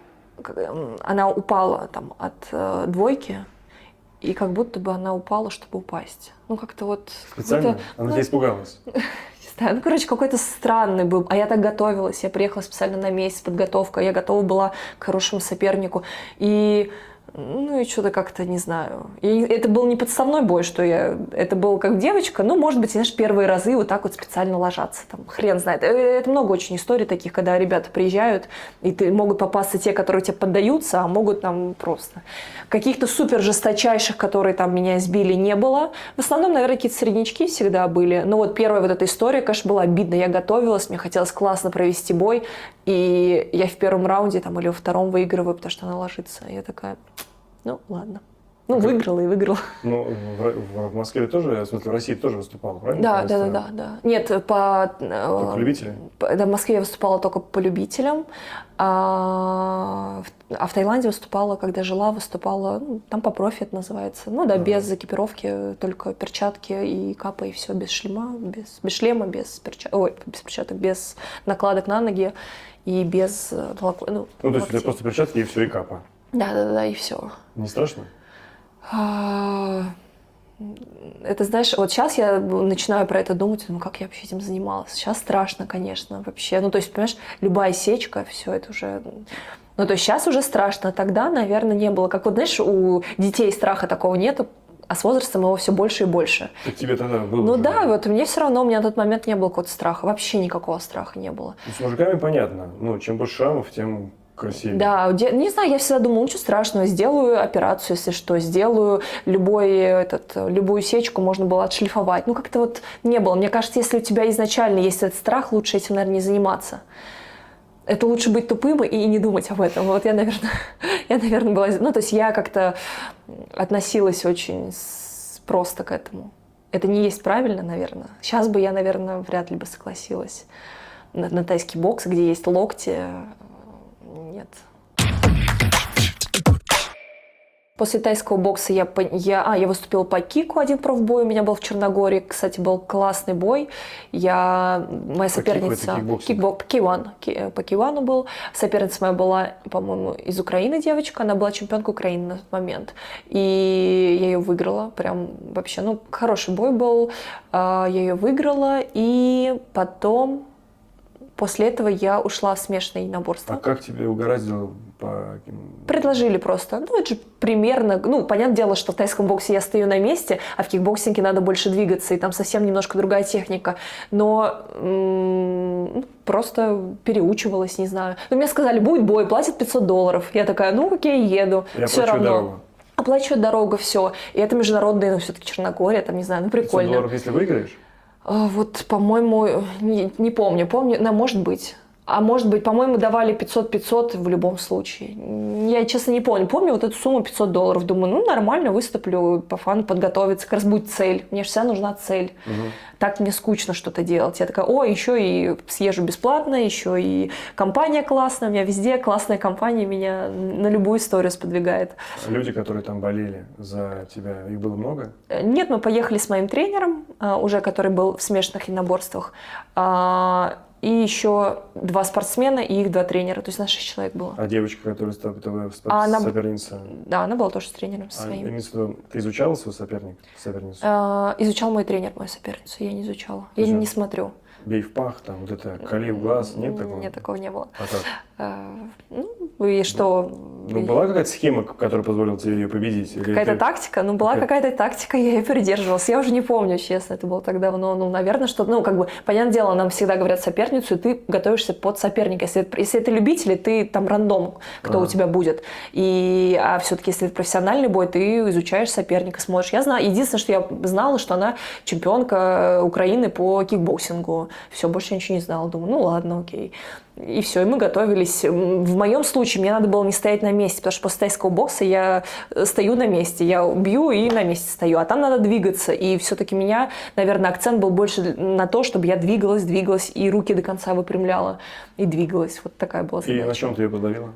Speaker 1: она упала там от двойки, и как будто бы она упала, чтобы упасть. Как-то вот...
Speaker 3: Специально? Она тебя испугалась?
Speaker 1: Какой-то странный был. А я так готовилась. Я приехала специально на месяц подготовка. Я готова была к хорошему сопернику. И что-то как-то, не знаю. И это был не подставной бой, это был как девочка. Может быть, знаешь, первые разы вот так вот специально ложатся. Там, хрен знает. Это много очень историй таких, когда ребята приезжают, и могут попасться те, которые тебе поддаются, а могут там просто... Каких-то супер жесточайших, которые там меня избили, не было. В основном, наверное, какие-то среднячки всегда были. Но вот первая вот эта история, конечно, была обидна. Я готовилась, мне хотелось классно провести бой, и я в первом раунде там, или во втором выигрываю, потому что она ложится. И я такая, ладно. Ну, выиграла и выиграла.
Speaker 3: Ну, в Москве тоже, в смысле, в России тоже выступала, правильно?
Speaker 1: Да. Нет, по
Speaker 3: любителям?
Speaker 1: Да, в Москве я выступала только по любителям, а в Таиланде выступала, когда жила, выступала, ну, там по профи это называется. Ну да, без экипировки, только перчатки и капа, и все, без шлема, без шлема, без перчаток, без накладок на ноги и без...
Speaker 3: то есть у тебя просто перчатки и все, и капа?
Speaker 1: Да, и все.
Speaker 3: Не страшно?
Speaker 1: Это, знаешь, вот сейчас я начинаю про это думать, ну как я вообще этим занималась. Сейчас страшно, конечно, вообще. Ну, то есть, понимаешь, любая сечка, все это уже... Ну, то есть сейчас уже страшно. Тогда, наверное, не было. Как вот, знаешь, у детей страха такого нету, а с возрастом его все больше и больше.
Speaker 3: Так тебе тогда было?
Speaker 1: Ну да, вот мне все равно, у меня на тот момент не было какого-то страха. Вообще никакого страха не было.
Speaker 3: Ну, с мужиками понятно. Ну, чем больше шрамов, тем... красивее.
Speaker 1: Да, не знаю, я всегда думала, ничего страшного, сделаю операцию, если что, сделаю любую сечку, можно было отшлифовать. Ну, как-то вот не было. Мне кажется, если у тебя изначально есть этот страх, лучше этим, наверное, не заниматься. Это лучше быть тупым и не думать об этом. Вот я, наверное, была... Ну, то есть я как-то относилась очень просто к этому. Это не есть правильно, наверное. Сейчас бы я, наверное, вряд ли бы согласилась на тайский бокс, где есть локти. Нет. После тайского бокса я выступила по кику, один профбой у меня был в Черногории. Кстати, был классный бой. Моя соперница... По кивану был. Соперница моя была, по-моему, из Украины девочка. Она была чемпионкой Украины на тот момент. И я ее выиграла. Прям вообще, ну, хороший бой был. Я ее выиграла. И потом... После этого я ушла в смешанное единоборство.
Speaker 3: А как тебе угораздило
Speaker 1: Предложили просто. Ну, это же примерно... Ну, понятное дело, что в тайском боксе я стою на месте, а в кикбоксинге надо больше двигаться, и там совсем немножко другая техника. Но просто переучивалась, не знаю. Но мне сказали, будет бой, платят $500. Я такая, ну, окей, еду.
Speaker 3: Я
Speaker 1: все равно.
Speaker 3: Дорогу.
Speaker 1: Оплачивают дорогу, все. И это международная, ну, все-таки Черногория, там, не знаю, ну, прикольно.
Speaker 3: $500, если выиграешь?
Speaker 1: Вот, по-моему, не помню, может быть. А может быть, по-моему, давали 500 в любом случае. Я, честно, не помню. Помню вот эту сумму $500. Думаю, ну, нормально, выступлю, по фану подготовиться. Как раз будет цель. Мне же всегда нужна цель. Угу. Так мне скучно что-то делать. Я такая, еще и съезжу бесплатно, еще и компания классная. У меня везде классная компания меня на любую историю сподвигает.
Speaker 3: Люди, которые там болели за тебя, их было много?
Speaker 1: Нет, мы поехали с моим тренером, уже который был в смешанных единоборствах. И еще 2 спортсмена и их 2 тренера. То есть нас 6 человек было.
Speaker 3: А девочка, которая стала соперница?
Speaker 1: Да, она была тоже с тренером своим.
Speaker 3: Ты изучала свою соперницу?
Speaker 1: Изучал мой тренер мою соперницу, я не изучала. Я не смотрю.
Speaker 3: Бей в пах, там, вот это, кали в глаз, нет такого?
Speaker 1: Нет, такого не было.
Speaker 3: А как?
Speaker 1: И что?
Speaker 3: Ну, была какая-то схема, которая позволила тебе ее победить?
Speaker 1: Какая-то тактика? Ну, была какая-то тактика, я ее придерживалась. Я уже не помню, честно, это было так давно. Ну, наверное, что... Ну, как бы, понятное дело, нам всегда говорят соперницу, и ты готовишься под соперника. Если это любитель, ты там рандом, кто у тебя будет. А все-таки, если это профессиональный бой, ты изучаешь соперника, смотришь. Я знаю, единственное, что я знала, что она чемпионка Украины по кикбоксингу. Все, больше я ничего не знала. Думаю, ну ладно, окей. И все, и мы готовились. В моем случае мне надо было не стоять на месте, потому что после тайского бокса я стою на месте. Я бью и на месте стою. А там надо двигаться. И все-таки меня, наверное, акцент был больше на то, чтобы я двигалась и руки до конца выпрямляла. И двигалась. Вот такая была задача.
Speaker 3: И на чем ты ее подловила?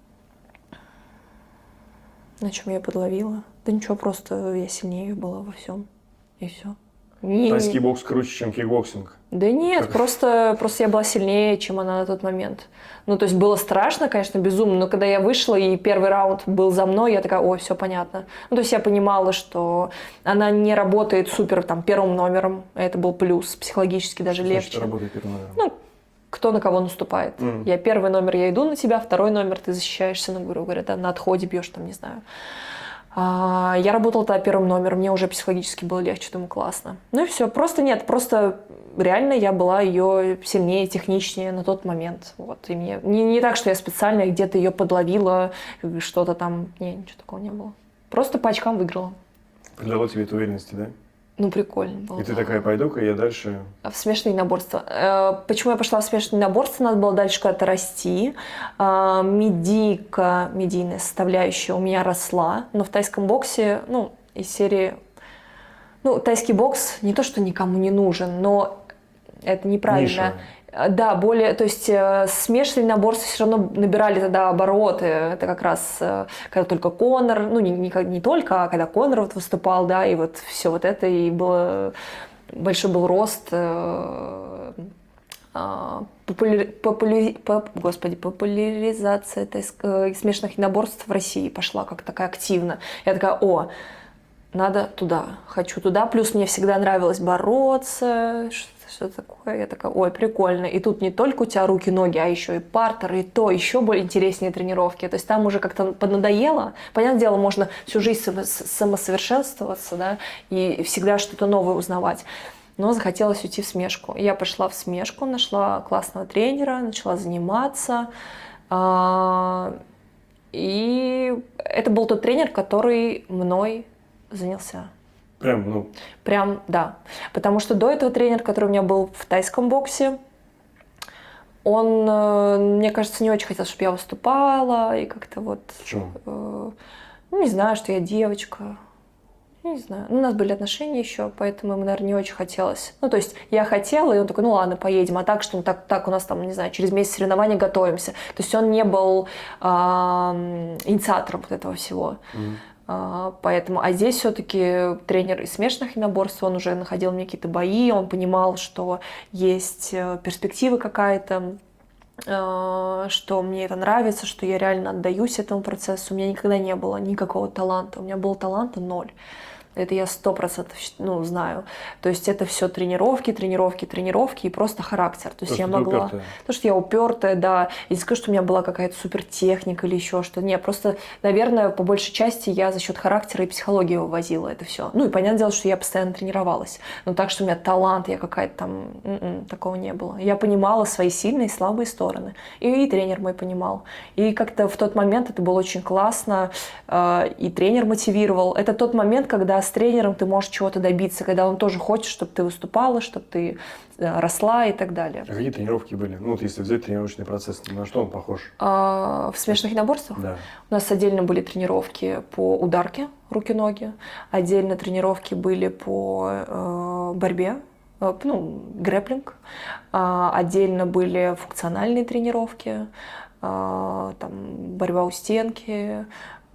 Speaker 1: На чем я ее подловила? Да ничего, просто я сильнее была во всем. И все.
Speaker 3: Тайский бокс круче, чем кикбоксинг?
Speaker 1: Да нет, просто я была сильнее, чем она на тот момент. Ну, то есть было страшно, конечно, безумно, но когда я вышла и первый раунд был за мной, я такая, все понятно. Ну, то есть я понимала, что она не работает супер там первым номером, это был плюс, психологически даже легче.
Speaker 3: Что работает первым номером?
Speaker 1: Ну, кто на кого наступает. Я первый номер, я иду на тебя, второй номер ты защищаешься, ну, грубо говоря, да, на отходе бьешь, там, не знаю. Я работала тогда первым номером, мне уже психологически было легче, думаю, классно. Ну и все, просто реально я была ее сильнее, техничнее на тот момент. Вот. И мне не так, что я специально где-то ее подловила, что-то там, ничего такого не было. Просто по очкам выиграла.
Speaker 3: Придало тебе это уверенности, да?
Speaker 1: Ну, прикольно было.
Speaker 3: И ты такая, пойду-ка я дальше...
Speaker 1: В смешанные наборства. Почему я пошла в смешанные наборства? Надо было дальше куда-то расти. Медийная составляющая у меня росла. Но в тайском боксе, ну, из серии... Ну, тайский бокс не то, что никому не нужен, но это неправильно.
Speaker 3: Ниша.
Speaker 1: Да, более, то есть смешанные наборства все равно набирали тогда обороты. Это как раз когда только Конор, ну не только, а когда Конор вот выступал, да, и вот все вот это, и было, большой был рост, популяризация смешанных наборств в России пошла как такая активно. Я такая, надо туда, хочу туда. Плюс мне всегда нравилось бороться, что такое. Я такая, прикольно. И тут не только у тебя руки, ноги, а еще и партер, и то, еще более интереснее тренировки. То есть там уже как-то поднадоело. Понятное дело, можно всю жизнь самосовершенствоваться, да, и всегда что-то новое узнавать. Но захотелось уйти в смешку. Я пошла в смешку, нашла классного тренера, начала заниматься. И это был тот тренер, который мной занялся. Прям, да. Потому что до этого тренер, который у меня был в тайском боксе, он, мне кажется, не очень хотел, чтобы я выступала. И как-то вот...
Speaker 3: Почему?
Speaker 1: Не знаю, что я девочка. Не знаю. У нас были отношения еще, поэтому ему, наверное, не очень хотелось. Ну, то есть я хотела, и он такой, ладно, поедем. А так, что так у нас там, не знаю, через месяц соревнований готовимся. То есть он не был инициатором вот этого всего. Поэтому, а здесь все-таки тренер из смешанных единоборств, он уже находил мне какие-то бои, он понимал, что есть перспектива какая-то, что мне это нравится, что я реально отдаюсь этому процессу. У меня никогда не было никакого таланта, у меня был таланта 0. Это я 100% знаю. То есть это все тренировки и просто характер. То есть я могла... То, что я упертая, да. И не скажу, что у меня была какая-то супертехника или еще что-то. Нет, просто, наверное, по большей части я за счет характера и психологии вывозила это все. Ну и понятное дело, что я постоянно тренировалась. Но так, что у меня талант, я какая-то там... такого не было. Я понимала свои сильные и слабые стороны. И тренер мой понимал. И как-то в тот момент это было очень классно. И тренер мотивировал. Это тот момент, когда с тренером ты можешь чего-то добиться, когда он тоже хочет, чтобы ты выступала, чтобы ты росла и так далее.
Speaker 3: А какие тренировки были? Ну, вот если взять тренировочный процесс, на что он похож?
Speaker 1: В смешанных единоборствах?
Speaker 3: Да.
Speaker 1: У нас отдельно были тренировки по ударке, руки-ноги, отдельно тренировки были по борьбе, грэпплинг, отдельно были функциональные тренировки, там борьба у стенки,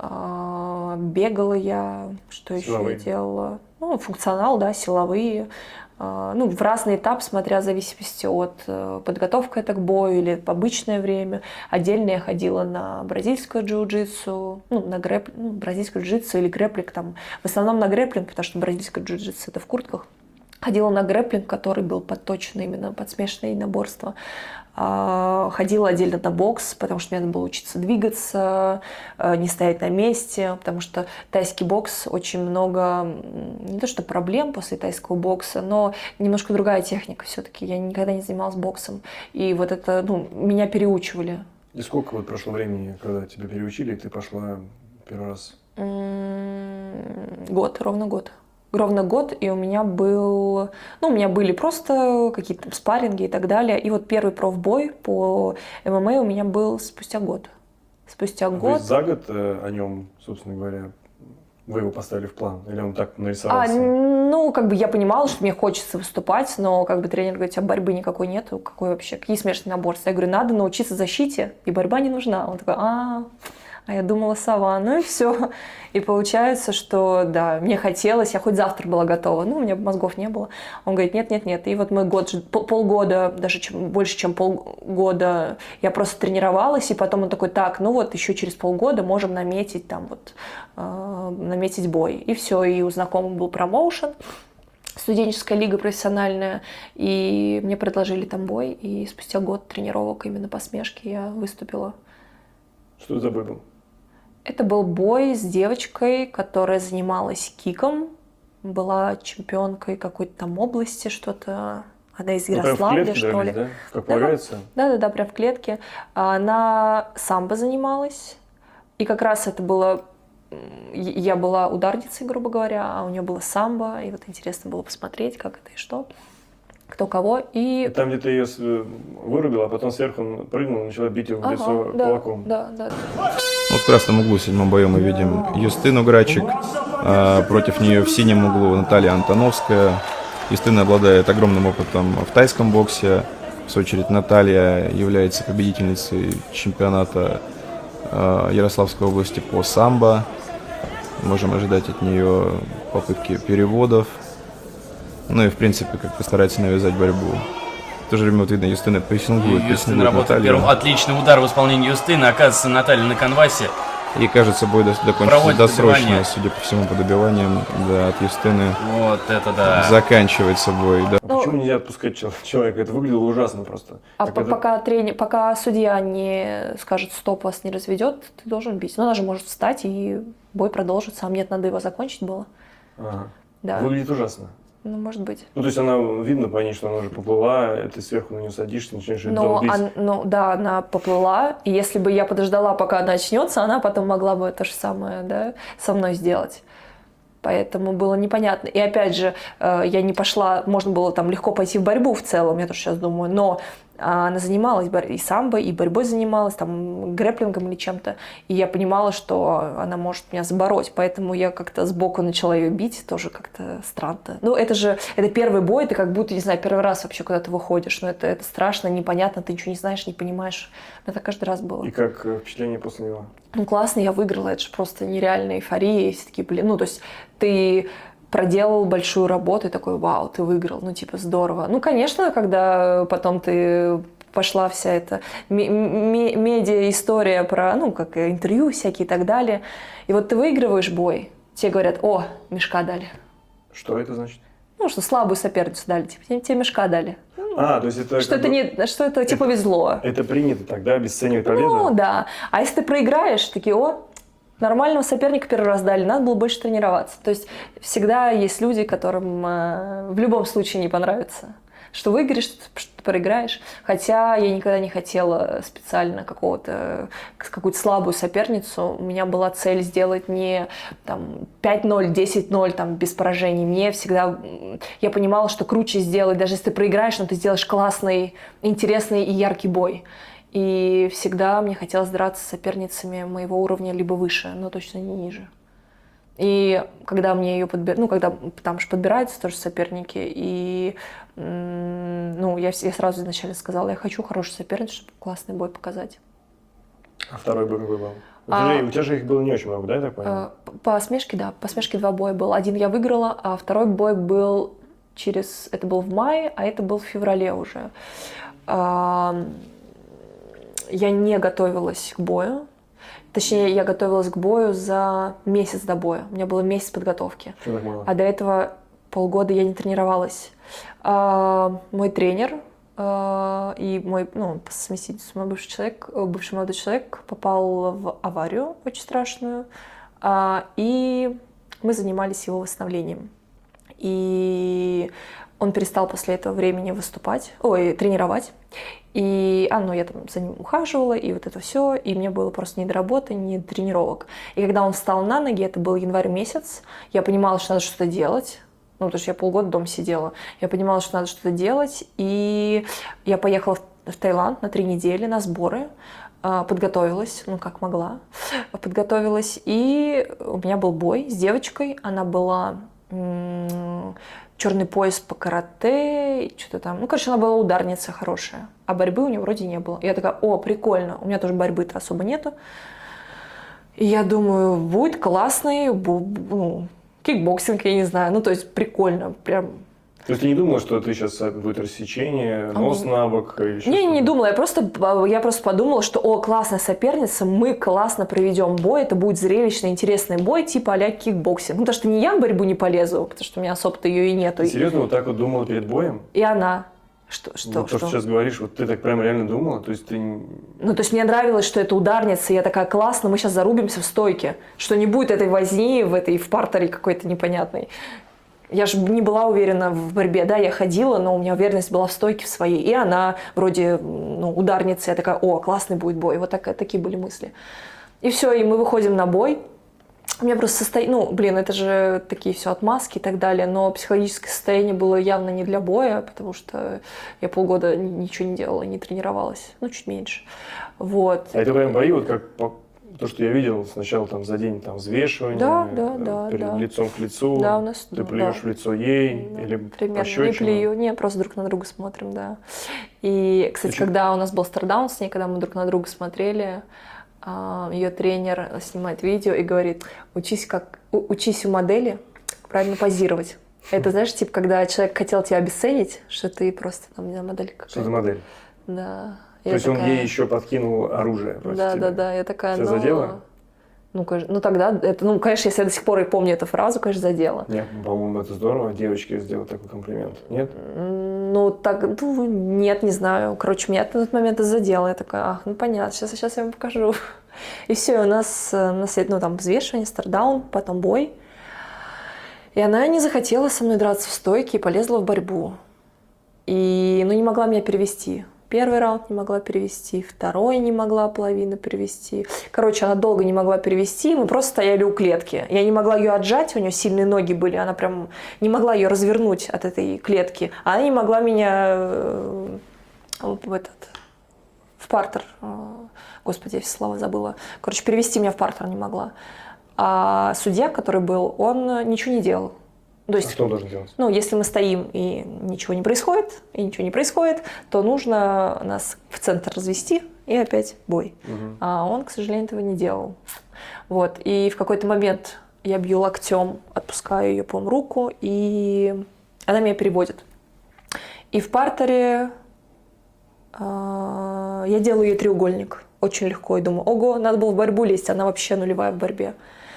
Speaker 1: бегала я, что
Speaker 3: силовые.
Speaker 1: еще я делала? Функционал, да, силовые. В разный этап, смотря в зависимости от подготовки это к бою или обычное время. Отдельно я ходила на бразильскую джиу-джитсу, на бразильскую джиу-джитсу или грэпплинг. Там, в основном на грэпплинг, потому что бразильская джиу-джитсу это в куртках. Ходила на грэпплинг, который был подточен именно под смешанные единоборства. Ходила отдельно на бокс, потому что мне надо было учиться двигаться, не стоять на месте, потому что тайский бокс очень много, не то что проблем после тайского бокса, но немножко другая техника все-таки. Я никогда не занималась боксом, и вот это, меня переучивали.
Speaker 3: И сколько вот прошло времени, когда тебя переучили, и ты пошла первый раз?
Speaker 1: Ровно год. Ровно год, и у меня были просто какие-то спарринги и так далее. И вот первый профбой по ММА у меня был спустя год.
Speaker 3: Вы за год о нем, собственно говоря, вы его поставили в план? Или он так нарисовался?
Speaker 1: Я понимала, что мне хочется выступать, но тренер говорит, а борьбы никакой нету, какие смешанные наборства? Я говорю, надо научиться защите, и борьба не нужна. Он такой, а я думала, сова, и все. И получается, что, да, мне хотелось, я хоть завтра была готова, у меня мозгов не было. Он говорит, нет. И вот мы полгода, даже больше, чем полгода я просто тренировалась, и потом он такой, еще через полгода можем наметить наметить бой. И все, и у знакомых был промоушен, студенческая лига профессиональная, и мне предложили там бой, и спустя год тренировок именно по смешке я выступила.
Speaker 3: Что это за бой был?
Speaker 1: Это был бой с девочкой, которая занималась киком, была чемпионкой какой-то там области, что-то, она из Ярославля, что ли.
Speaker 3: Да? Как полагается?
Speaker 1: Да, прям в клетке. Она самбо занималась, и как раз это было я была ударницей, грубо говоря, а у нее было самбо, и вот интересно было посмотреть, как это и что, кто кого. И
Speaker 3: Там, где ты ее вырубила, а потом сверху прыгнула, начала бить ее в лицо кулаком.
Speaker 1: Да.
Speaker 10: Вот в красном углу в 7-м бою мы видим Юстину Грачик. Против нее в синем углу Наталья Антоновская. Юстина обладает огромным опытом в тайском боксе. В свою очередь Наталья является победительницей чемпионата Ярославской области по самбо. Можем ожидать от нее попытки переводов. Ну и в принципе как постарается навязать борьбу. В то же время вот видно, Юстина прессингует
Speaker 11: Юстина работает первым. Отличный удар в исполнении Юстины. Оказывается, Наталья на канвасе.
Speaker 10: И кажется, бой закончится досрочно, судя по всему, по добиваниям, да, от Юстины.
Speaker 11: Вот это да.
Speaker 10: Заканчивается бой, да.
Speaker 3: А почему нельзя отпускать человека? Это выглядело ужасно просто.
Speaker 1: Пока судья не скажет стоп, вас не разведет, ты должен бить. Но она же может встать и бой продолжится, а мне надо его закончить было.
Speaker 3: Ага.
Speaker 1: Да.
Speaker 3: Выглядит ужасно.
Speaker 1: Ну, может быть.
Speaker 3: Ну, то есть она, видно по ней, что она уже поплыла, ты сверху на нее садишься, начинаешь ее долбить.
Speaker 1: Да, она поплыла, и если бы я подождала, пока она очнется, она потом могла бы то же самое, да, со мной сделать. Поэтому было непонятно. И опять же, я не пошла, можно было там легко пойти в борьбу в целом, я тоже сейчас думаю, но она занималась и самбо, и борьбой занималась, там, грэпплингом или чем-то. И я понимала, что она может меня забороть, поэтому я как-то сбоку начала ее бить, тоже как-то странно. Ну, это первый бой, ты как будто, не знаю, первый раз вообще куда-то выходишь, но это страшно, непонятно, ты ничего не знаешь, не понимаешь. Это каждый раз было.
Speaker 3: И как впечатление после него?
Speaker 1: Ну, классно, я выиграла, это же просто нереальная эйфория, и все такие, блин, ну, то есть ты проделал большую работу и такой, вау, ты выиграл, ну, типа, здорово. Ну, конечно, когда потом ты пошла вся эта медиа-история про, ну, как интервью всякие и так далее, и вот ты выигрываешь бой, тебе говорят, о, мешка дали.
Speaker 3: Что это значит?
Speaker 1: Ну, что слабую соперницу дали, типа, тебе мешка дали.
Speaker 3: То есть это...
Speaker 1: Что это тебе повезло.
Speaker 3: Это принято тогда, обесценивать победу?
Speaker 1: Ну, да. А если ты проиграешь, такие, нормального соперника первый раз дали, надо было больше тренироваться. То есть всегда есть люди, которым в любом случае не понравится, что выиграешь, что проиграешь. Хотя я никогда не хотела специально какую-то слабую соперницу. У меня была цель сделать не там, 5-0, 10-0 там, без поражений. Мне всегда... Я понимала, что круче сделать, даже если ты проиграешь, но ты сделаешь классный, интересный и яркий бой. И всегда мне хотелось драться с соперницами моего уровня либо выше, но точно не ниже. И когда мне ее когда там же подбираются тоже соперники, и я сразу изначально сказала, я хочу хороший соперник, чтобы классный бой показать.
Speaker 3: А второй бой какой был? У тебя же их было не очень много, да, я так понимаю?
Speaker 1: По смешке, да, по смешке 2 боя был. Один я выиграла, а второй бой был это был в мае, а это был в феврале уже. Я не готовилась к бою. Точнее, я готовилась к бою за месяц до боя. У меня было месяц подготовки. А до этого полгода я не тренировалась. Мой тренер и мой, по совместительству, мой бывший молодой человек попал в аварию очень страшную. И мы занимались его восстановлением. И он перестал после этого времени тренировать. И, я там за ним ухаживала, и вот это все, и мне было просто не до работы, не до тренировок. И когда он встал на ноги, это был январь месяц, я понимала, что надо что-то делать, потому что я полгода дома сидела. Я понимала, что надо что-то делать, и я поехала в Таиланд на 3 недели на сборы, подготовилась, как могла, подготовилась, и у меня был бой с девочкой, она была... черный пояс по карате, что-то там. Она была ударница хорошая, а борьбы у нее вроде не было. Я такая, прикольно, у меня тоже борьбы-то особо нету. И я думаю, будет классный кикбоксинг, я не знаю, то есть прикольно, прям.
Speaker 3: То есть ты не думала, что ты сейчас будет рассечение, нос на бок?
Speaker 1: Не думала, я просто подумала, что классная соперница, мы классно проведем бой, это будет зрелищный, интересный бой, типа а-ля кикбоксинг. Потому что я в борьбу не полезу, потому что у меня особо-то ее и нету.
Speaker 3: Ты серьезно вот так вот думала перед боем?
Speaker 1: И она.
Speaker 3: То, что сейчас говоришь, вот ты так прям реально думала? То есть ты...
Speaker 1: то есть мне нравилось, что это ударница, и я такая, классно, мы сейчас зарубимся в стойке, что не будет этой возни в партере какой-то непонятной. Я же не была уверена в борьбе, да, я ходила, но у меня уверенность была в стойке в своей. И она вроде ударница, я такая, классный будет бой. Вот такие были мысли. И все, и мы выходим на бой. У меня просто состояние, это же такие все отмазки и так далее, но психологическое состояние было явно не для боя, потому что я полгода ничего не делала, не тренировалась, чуть меньше. Вот.
Speaker 3: А это прям бои, вот как то, что я видел сначала там за день там взвешивание,
Speaker 1: да.
Speaker 3: лицом к лицу,
Speaker 1: да, у нас,
Speaker 3: ты плюешь в лицо ей или
Speaker 1: примерно,
Speaker 3: пощечину?
Speaker 1: не, просто друг на друга смотрим, да. И, кстати, когда у нас был стардаун с ней, когда мы друг на друга смотрели, ее тренер снимает видео и говорит: учись у модели правильно позировать. Это, знаешь, типа, когда человек хотел тебя обесценить, что ты просто там, модель какая-то.
Speaker 3: Что за модель?
Speaker 1: Да.
Speaker 3: То есть он ей еще подкинул оружие против тебя?
Speaker 1: Да, я такая,
Speaker 3: Тебя задело?
Speaker 1: Тогда, конечно, если я до сих пор и помню эту фразу, конечно, задело.
Speaker 3: Нет, по-моему, это здорово, девочке сделать такой комплимент, нет?
Speaker 1: Нет, не знаю. Короче, меня на тот момент это задело. Я такая, понятно, сейчас я вам покажу. И все, у нас там взвешивание, стардаун, потом бой. И она не захотела со мной драться в стойке и полезла в борьбу. И, не могла меня перевести. Первый раунд не могла перевести, второй не могла половину перевести. Короче, она долго не могла перевести, мы просто стояли у клетки. Я не могла ее отжать, у нее сильные ноги были, она прям не могла ее развернуть от этой клетки. А она не могла меня в партер, господи, я все слова забыла. Короче, перевести меня в партер не могла. А судья, который был, он ничего не делал. То есть,
Speaker 3: что он должен делать?
Speaker 1: Если мы стоим и ничего не происходит, то нужно нас в центр развести и опять бой.
Speaker 3: Угу.
Speaker 1: А он, к сожалению, этого не делал. Вот. И в какой-то момент я бью локтем, отпускаю ее, по-моему, руку, и она меня переводит. И в партере я делаю ей треугольник. Очень легко. И думаю, ого, надо было в борьбу лезть, она вообще нулевая в борьбе.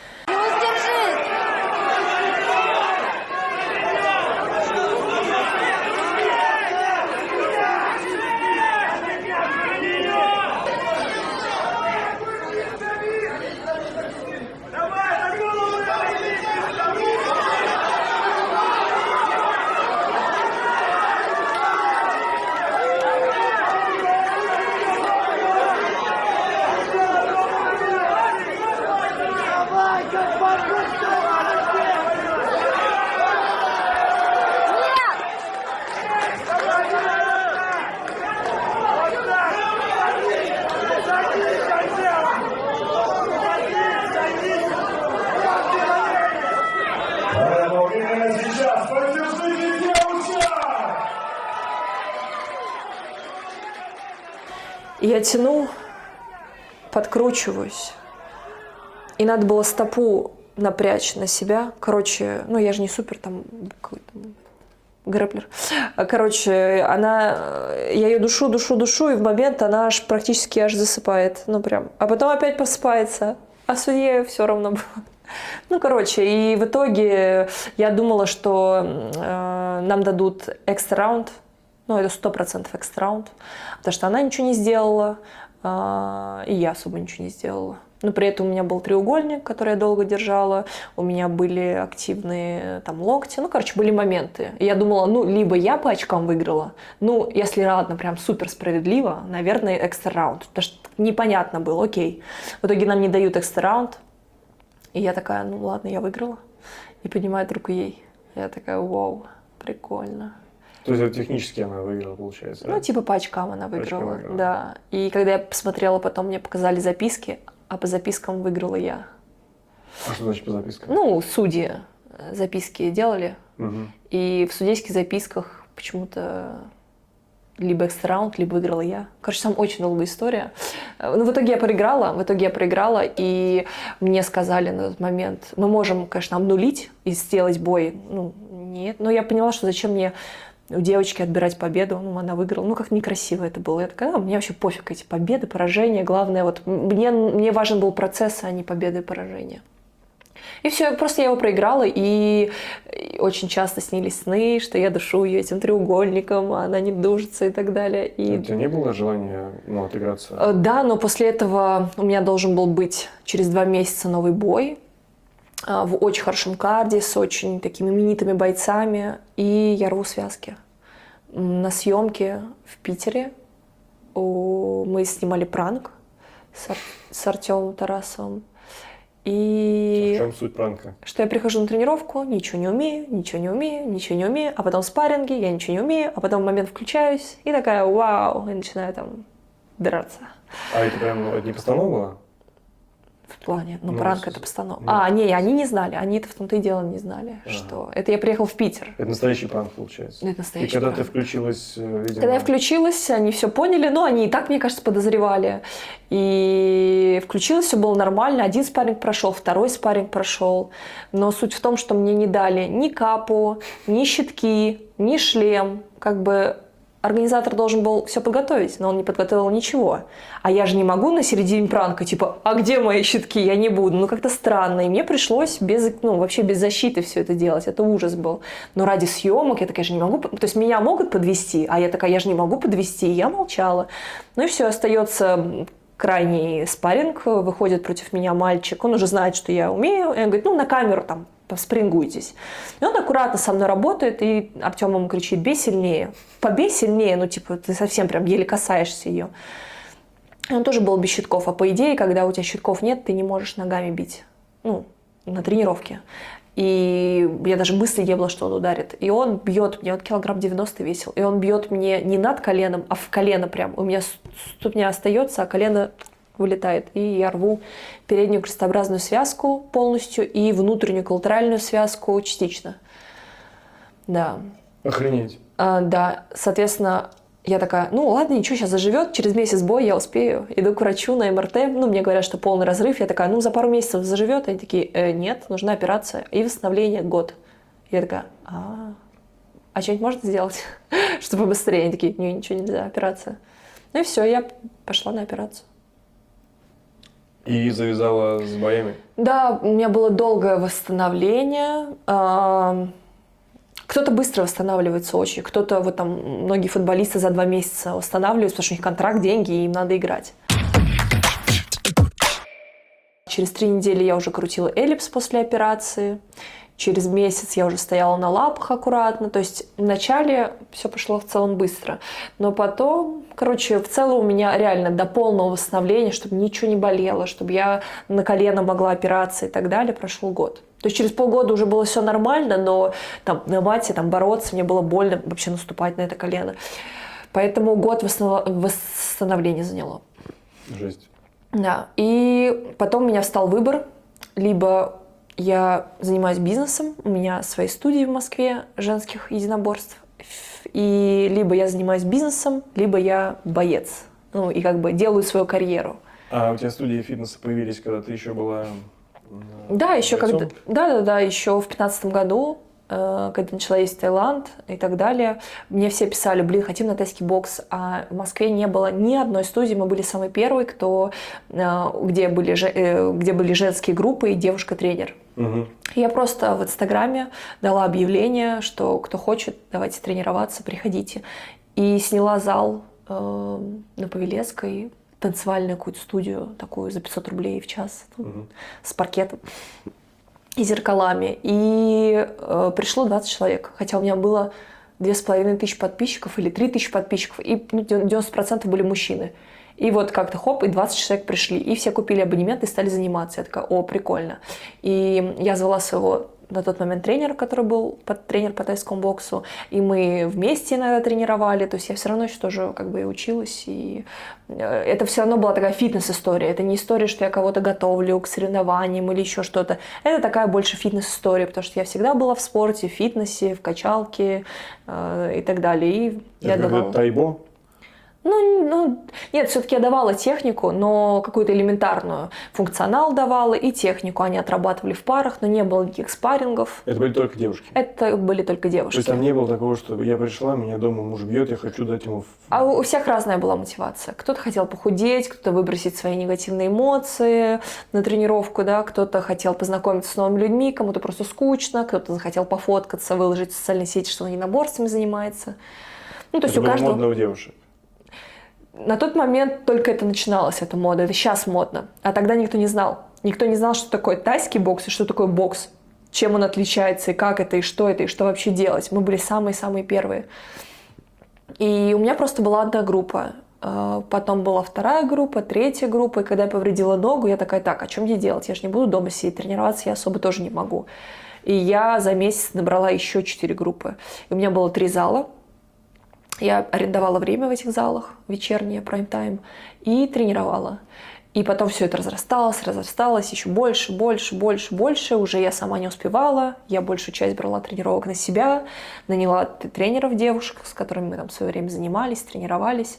Speaker 1: Я тяну, подкручиваюсь. И надо было стопу напрячь на себя. Короче, я же не супер там какой-то грэплер. Короче, я ее душу, и в момент она практически засыпает. А потом опять просыпается. А судье все равно было. И в итоге я думала, что нам дадут экстра раунд. Это 100% экстра раунд. Потому что она ничего не сделала, и я особо ничего не сделала. Но при этом у меня был треугольник, который я долго держала, у меня были активные локти, были моменты. И я думала, либо я по очкам выиграла, если ладно, прям супер справедливо, наверное, экстра раунд. Потому что непонятно было, окей. В итоге нам не дают экстра раунд, и я такая, ладно, я выиграла. И поднимает руку ей. Я такая, вау, прикольно.
Speaker 3: То есть это технически она выиграла, получается? Да?
Speaker 1: По очкам она выиграла, да. И когда я посмотрела, потом мне показали записки, а по запискам выиграла я.
Speaker 3: А что значит по запискам?
Speaker 1: Судьи записки делали,
Speaker 3: угу.
Speaker 1: И в судейских записках почему-то либо экстра раунд, либо выиграла я. Там очень долгая история. В итоге я проиграла, и мне сказали на тот момент, мы можем, конечно, обнулить и сделать бой. Нет, но я поняла, что зачем мне у девочки отбирать победу, она выиграла, как некрасиво это было. Я такая, мне вообще пофиг эти победы, поражения, главное, мне важен был процесс, а не победа и поражение. И все, просто я его проиграла, и очень часто снились сны, что я душу ее этим треугольником, а она не душится и так далее. И...
Speaker 3: У тебя не было желания отыграться?
Speaker 1: Да, но после этого у меня должен был быть через 2 месяца новый бой в очень хорошем карде, с очень такими именитыми бойцами, и я рву связки. На съемке в Питере мы снимали пранк с Артемом Тарасовым, И
Speaker 3: В чем суть пранка?
Speaker 1: что я прихожу на тренировку, ничего не умею, а потом спарринги, я ничего не умею, а потом в момент включаюсь и такая вау, и начинаю там драться.
Speaker 3: А это прям это не постанова была?
Speaker 1: В плане,
Speaker 3: Ну,
Speaker 1: пранк это постанова.
Speaker 3: нет.
Speaker 1: Они не знали, они-то в том-то и дело не знали, что... Это я приехал в Питер.
Speaker 3: Это настоящий пранк, получается.
Speaker 1: Это настоящий
Speaker 3: И когда
Speaker 1: пранк.
Speaker 3: ты включилась, видимо...
Speaker 1: Когда я включилась, они все поняли, но они и так, мне кажется, подозревали. И включилась, все было нормально. Один спарринг прошел, второй спарринг прошел. Но суть в том, что мне не дали ни капу, ни щитки, ни шлем. Как бы организатор должен был все подготовить, но он не подготовил ничего. А я же не могу на середине пранка, типа, а где мои щитки? Я не буду. Ну, как-то странно. И мне пришлось вообще без защиты все это делать. Это ужас был. Но ради съемок я такая же не могу... То есть меня могут подвести, а я такая, я же не могу подвести. И я молчала. Ну и все, остается крайний спарринг. Выходит против меня мальчик. Он уже знает, что я умею. И он говорит, на камеру там спрингуйтесь. И он аккуратно со мной работает, и Артем ему кричит, бей сильнее. Побей сильнее, ты совсем прям еле касаешься ее. И он тоже был без щитков, а по идее, когда у тебя щитков нет, ты не можешь ногами бить. На тренировке. И я даже мысли не было, что он ударит. И он бьет мне, он килограмм 90 весил, и он бьет мне не над коленом, а в колено прям. У меня ступня остается, а колено вылетает. И я рву переднюю крестообразную связку полностью и внутреннюю коллатеральную связку частично. Да.
Speaker 3: Охренеть.
Speaker 1: Да, соответственно, я такая, ладно, ничего, сейчас заживет, через месяц бой я успею. Иду к врачу на МРТ, мне говорят, что полный разрыв. Я такая, за пару месяцев заживет. Они такие, нет, нужна операция и восстановление год. Я такая, а что-нибудь можно сделать, чтобы быстрее? Они такие, ничего нельзя, операция. Ну и все, я пошла на операцию.
Speaker 3: И завязала с боями?
Speaker 1: Да, у меня было долгое восстановление. Кто-то быстро восстанавливается очень, кто-то, многие футболисты за 2 месяца восстанавливаются, потому что у них контракт, деньги, и им надо играть. Через 3 недели я уже крутила эллипс после операции. Через месяц я уже стояла на лапах аккуратно. То есть вначале все пошло в целом быстро. Но потом, в целом у меня реально до полного восстановления, чтобы ничего не болело, чтобы я на колено могла опираться и так далее, прошел год. То есть через полгода уже было все нормально, но на мате бороться, мне было больно вообще наступать на это колено. Поэтому год восстановления заняло.
Speaker 3: Жесть.
Speaker 1: Да. И потом у меня встал выбор. Либо я занимаюсь бизнесом, у меня свои студии в Москве женских единоборств. И либо я занимаюсь бизнесом, либо я боец. И делаю свою карьеру.
Speaker 3: А у тебя студии фитнеса появились, когда ты еще была...
Speaker 1: Да, еще
Speaker 3: бойцом?
Speaker 1: еще в 2015 году, когда начала ездить в Таиланд и так далее, мне все писали, хотим на тайский бокс, а в Москве не было ни одной студии, мы были самые первые, где были женские группы и девушка-тренер.
Speaker 3: Угу.
Speaker 1: Я просто в Инстаграме дала объявление, что кто хочет, давайте тренироваться, приходите. И сняла зал на Павелецкой, танцевальную какую-то студию, такую за 500 рублей в час, с паркетом и зеркалами. И пришло 20 человек, хотя у меня было 2500 подписчиков или 3000 подписчиков, и 90% были мужчины. И как-то хоп, и 20 человек пришли, и все купили абонемент и стали заниматься. Я такая, прикольно. И я звала своего на тот момент тренера, который был тренер по тайскому боксу, и мы вместе иногда тренировали, то есть я все равно еще тоже и училась, и это все равно была такая фитнес-история, это не история, что я кого-то готовлю к соревнованиям или еще что-то, это такая больше фитнес-история, потому что я всегда была в спорте, в фитнесе, в качалке и так далее. И я давала...
Speaker 3: тайбо?
Speaker 1: Нет, все-таки я давала технику, но какую-то элементарную. Функционал давала и технику. Они отрабатывали в парах, но не было никаких спаррингов.
Speaker 3: Это были только девушки?
Speaker 1: Это были только девушки.
Speaker 3: То есть там не было такого, что я пришла, меня дома муж бьет, я хочу дать ему...
Speaker 1: А у всех разная была мотивация. Кто-то хотел похудеть, кто-то выбросить свои негативные эмоции на тренировку, да, кто-то хотел познакомиться с новыми людьми, кому-то просто скучно, кто-то захотел пофоткаться, выложить в социальные сети, что он единоборствами занимается. То есть
Speaker 3: это
Speaker 1: у
Speaker 3: было
Speaker 1: каждого...
Speaker 3: модно у девушек?
Speaker 1: На тот момент только это начиналось, эта мода, это сейчас модно. А тогда никто не знал. Никто не знал, что такое тайский бокс и что такое бокс. Чем он отличается, и как это, и что вообще делать. Мы были самые-самые первые. И у меня просто была одна группа. Потом была вторая группа, третья группа. И когда я повредила ногу, я такая, так, а что мне делать? Я же не буду дома сидеть, тренироваться я особо тоже не могу. И я за месяц набрала еще 4 группы. И у меня было 3 зала. Я арендовала время в этих залах, вечернее, прайм-тайм, и тренировала. И потом все это разрасталось, еще больше. Уже я сама не успевала. Я большую часть брала тренировок на себя, наняла тренеров девушек, с которыми мы там в свое время занимались, тренировались.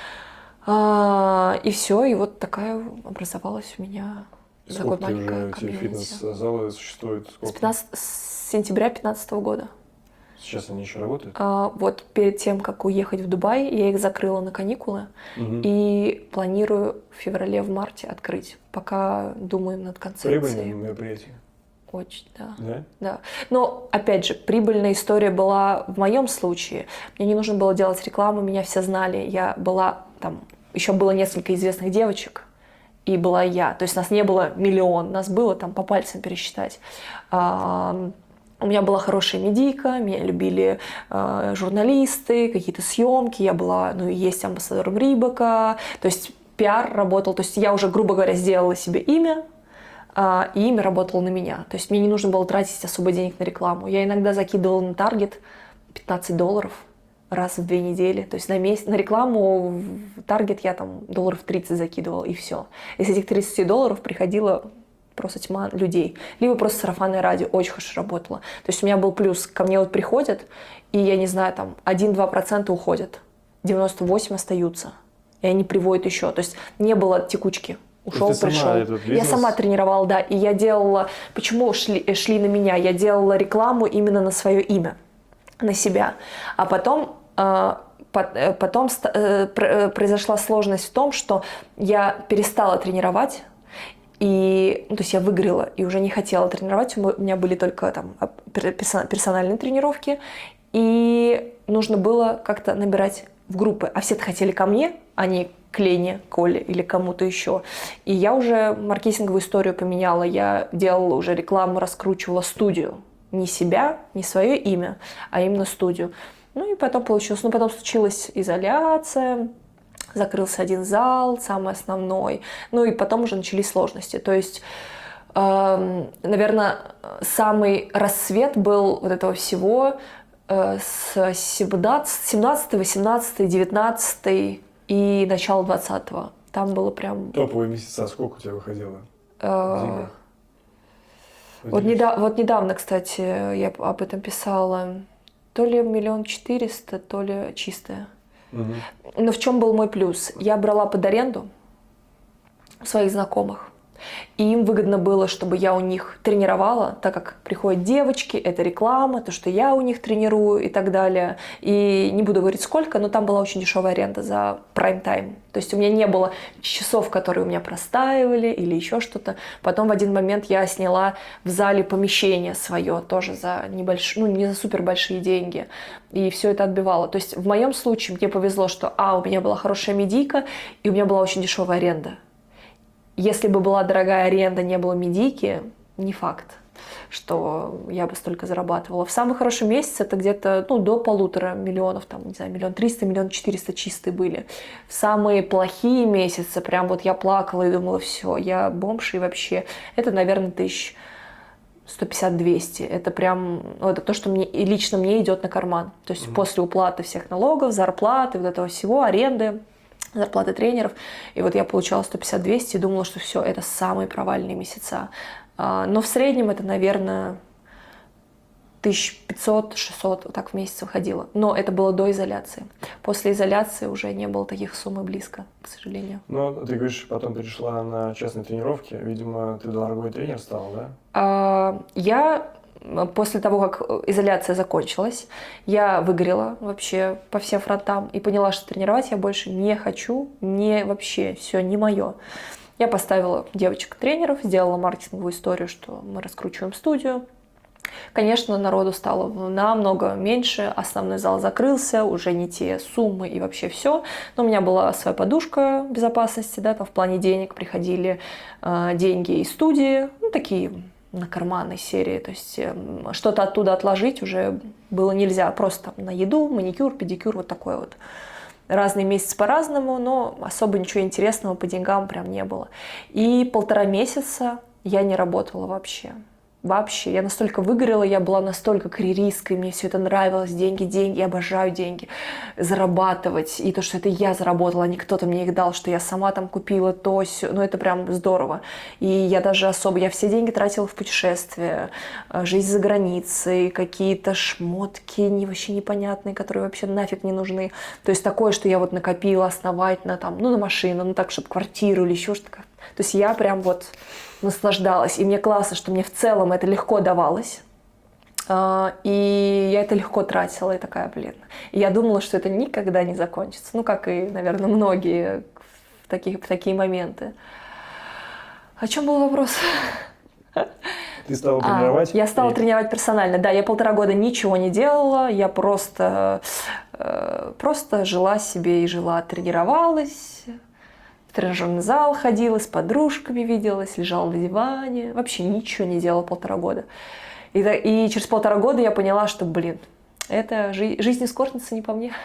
Speaker 1: И все, и вот такая образовалась у меня такое маленькое комьюнити.
Speaker 3: Фитнес-залы существуют сколько?
Speaker 1: С сентября 2015 года.
Speaker 3: Сейчас они еще работают?
Speaker 1: Вот перед тем, как уехать в Дубай, я их закрыла на каникулы и планирую в феврале, в марте открыть. Пока думаем над концепцией.
Speaker 3: Прибыльное мероприятие?
Speaker 1: Очень, да.
Speaker 3: Да?
Speaker 1: Да. Но, опять же, прибыльная история была в моем случае. Мне не нужно было делать рекламу, меня все знали. Я была там, еще было несколько известных девочек, и была я. То есть нас не было миллион, нас было там по пальцам пересчитать. У меня была хорошая медийка, меня любили журналисты, какие-то съемки, я была, ну и есть амбассадором Рибака, то есть пиар работал, то есть я уже, грубо говоря, сделала себе имя, и имя работало на меня. То есть мне не нужно было тратить особо денег на рекламу. Я иногда закидывала на таргет $15 раз в 2 недели, то есть на месяц, на рекламу в таргет я там $30 закидывала, и все. Из этих $30 приходило просто тьма людей. Либо просто сарафанное радио очень хорошо работало. То есть у меня был плюс, ко мне вот приходят, и я не знаю, там 1-2% уходят, 98% остаются, и они приводят еще. То есть не было текучки. Ушел, пришел. Я сама тренировала, да, и я делала, почему шли на меня, я делала рекламу именно на свое имя, на себя. А потом произошла сложность в том, что я перестала тренировать, и, ну, то есть я выгорела и уже не хотела тренировать. У меня были только там персональные тренировки, и нужно было как-то набирать в группы. А все-то хотели ко мне, а не к Лене, Коле или кому-то еще. И я уже маркетинговую историю поменяла. Я делала уже рекламу, раскручивала студию. Не себя, не свое имя, а именно студию. Ну и потом получилось. Ну, потом случилась изоляция. Закрылся один зал, самый основной. Ну и потом уже начались сложности. То есть, наверное, самый рассвет был вот этого всего с 17, 18, 19 и начало 20-го. Там было прям...
Speaker 3: Топовые месяца сколько у тебя выходило?
Speaker 1: Вот недавно, кстати, я об этом писала. То ли 1 400 000, то ли чистая. Но в чем был мой плюс? Я брала под аренду своих знакомых. И им выгодно было, чтобы я у них тренировала, так как приходят девочки, это реклама, то, что я у них тренирую и так далее. И не буду говорить сколько, но там была очень дешевая аренда за прайм-тайм. То есть у меня не было часов, которые у меня простаивали или еще что-то. Потом в один момент я сняла в зале помещение свое, тоже за небольшие, ну не за супер большие деньги. И все это отбивало. То есть в моем случае мне повезло, что у меня была хорошая медийка, и у меня была очень дешевая аренда. Если бы была дорогая аренда, не было медийки, не факт, что я бы столько зарабатывала. В самый хороший месяц это где-то до 1,5 миллиона, там, не знаю, 1 300 000, 1 400 000 чистые были. В самые плохие месяцы прям вот я плакала и думала, все, я бомж и вообще. Это, наверное, 150-200. Это прям это то, что лично мне идет на карман. То есть после уплаты всех налогов, зарплаты, вот этого всего, аренды, зарплаты тренеров. И вот я получала 150-200 и думала, что все, это самые провальные месяца. Но в среднем это, наверное, 1500-600 вот так в месяц выходило. Но это было до изоляции. После изоляции уже не было таких сумм и близко, к сожалению.
Speaker 3: Ну, ты говоришь, потом перешла на частные тренировки. Видимо, ты дорогой тренер стал, да?
Speaker 1: Я после того, как изоляция закончилась, я выгорела вообще по всем фронтам и поняла, что тренировать я больше не хочу, вообще, все, не мое. Я поставила девочек-тренеров, сделала маркетинговую историю, что мы раскручиваем студию. Конечно, народу стало намного меньше, основной зал закрылся, уже не те суммы и вообще все. Но у меня была своя подушка безопасности, да, там в плане денег приходили деньги из студии, такие на карманной серии, то есть что-то оттуда отложить уже было нельзя, просто на еду, маникюр, педикюр, вот такое вот. разные месяцы по-разному, но особо ничего интересного по деньгам прям не было. И 1,5 месяца я не работала вообще. Вообще, я настолько выгорела, я была настолько карьеристкой, мне все это нравилось, деньги, я обожаю деньги, зарабатывать, и то, что это я заработала, а не кто-то мне их дал, что я сама там купила то, сё, ну это прям здорово. И я даже я все деньги тратила в путешествия, жизнь за границей, какие-то шмотки вообще непонятные, которые вообще нафиг не нужны. То есть такое, что я вот накопила основательно там, ну на машину, ну так, чтобы квартиру или еще что-то. То есть я прям вот наслаждалась. И мне классно, что мне в целом это легко давалось. И я это легко тратила. И такая, блин. И я думала, что это никогда не закончится. Ну, как и, наверное, многие в такие моменты. О чем был вопрос?
Speaker 3: Ты стала тренировать?
Speaker 1: Я стала тренировать персонально. Да, я 1,5 года ничего не делала. Я просто жила себе и жила, тренировалась. В тренажерный зал ходила, с подружками виделась, лежала на диване. Вообще ничего не делала 1,5 года. И через 1,5 года я поняла, что, блин, это жизнь эскортницы не по мне.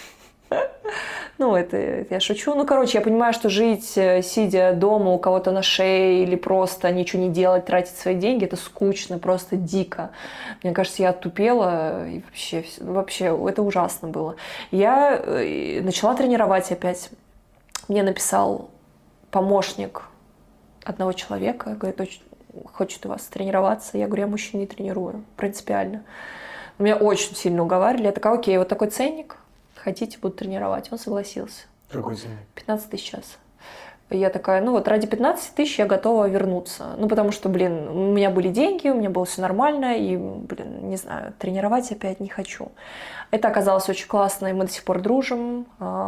Speaker 1: Ну, это я шучу. Ну, короче, я понимаю, что жить, сидя дома у кого-то на шее или просто ничего не делать, тратить свои деньги, это скучно, просто дико. Мне кажется, я оттупела, и вообще это ужасно было. Я начала тренировать опять. Мне написал помощник одного человека, говорит, хочет у вас тренироваться. Я говорю, я мужчин не тренирую, принципиально. Меня очень сильно уговаривали. Я такая, окей, вот такой ценник, хотите, буду тренировать. Он согласился.
Speaker 3: Какой ценник?
Speaker 1: 15 тысяч час. Я такая, ну вот ради 15 тысяч я готова вернуться. Ну потому что, блин, у меня были деньги, у меня было все нормально, и, блин, не знаю, тренировать опять не хочу. Это оказалось очень классно, и мы до сих пор дружим.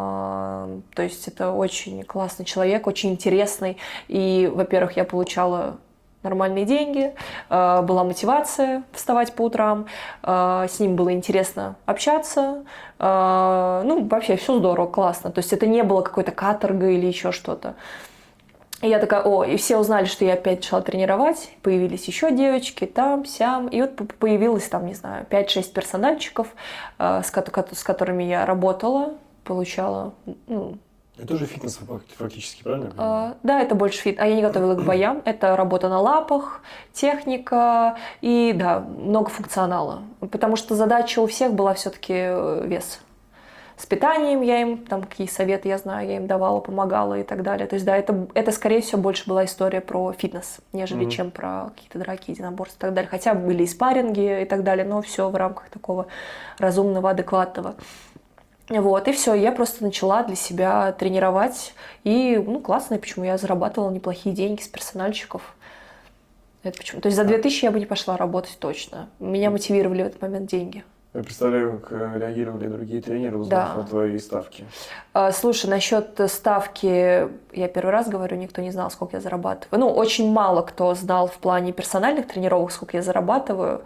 Speaker 1: То есть это очень классный человек, очень интересный. И, во-первых, я получала нормальные деньги, была мотивация вставать по утрам, с ним было интересно общаться, ну, вообще все здорово, классно, то есть это не было какой-то каторгой или еще что-то. И я такая, и все узнали, что я опять начала тренировать, появились еще девочки, там, сям, и вот появилось там, не знаю, 5-6 персональчиков, с которыми я работала, получала,
Speaker 3: Это тоже фитнес фактически, правильно?
Speaker 1: Да, это больше фитнес. А я не готовила к боям. Это работа на лапах, техника и, да, много функционала. Потому что задача у всех была все-таки вес. С питанием я им, там какие советы я знаю, я им давала, помогала и так далее. То есть, да, это скорее всего больше была история про фитнес, нежели чем про какие-то драки, единоборства и так далее. Хотя были и спарринги и так далее, но все в рамках такого разумного, адекватного. Вот, и все, я просто начала для себя тренировать, и, ну, классно, и почему я зарабатывала неплохие деньги с персональщиков. Это почему? То есть за 2000 я бы не пошла работать точно. Меня мотивировали в этот момент деньги.
Speaker 3: Я представляю, как реагировали другие тренеры, узнав о твоей ставке.
Speaker 1: Слушай, насчет ставки, я первый раз говорю, никто не знал, сколько я зарабатываю. Ну, очень мало кто знал в плане персональных тренировок, сколько я зарабатываю.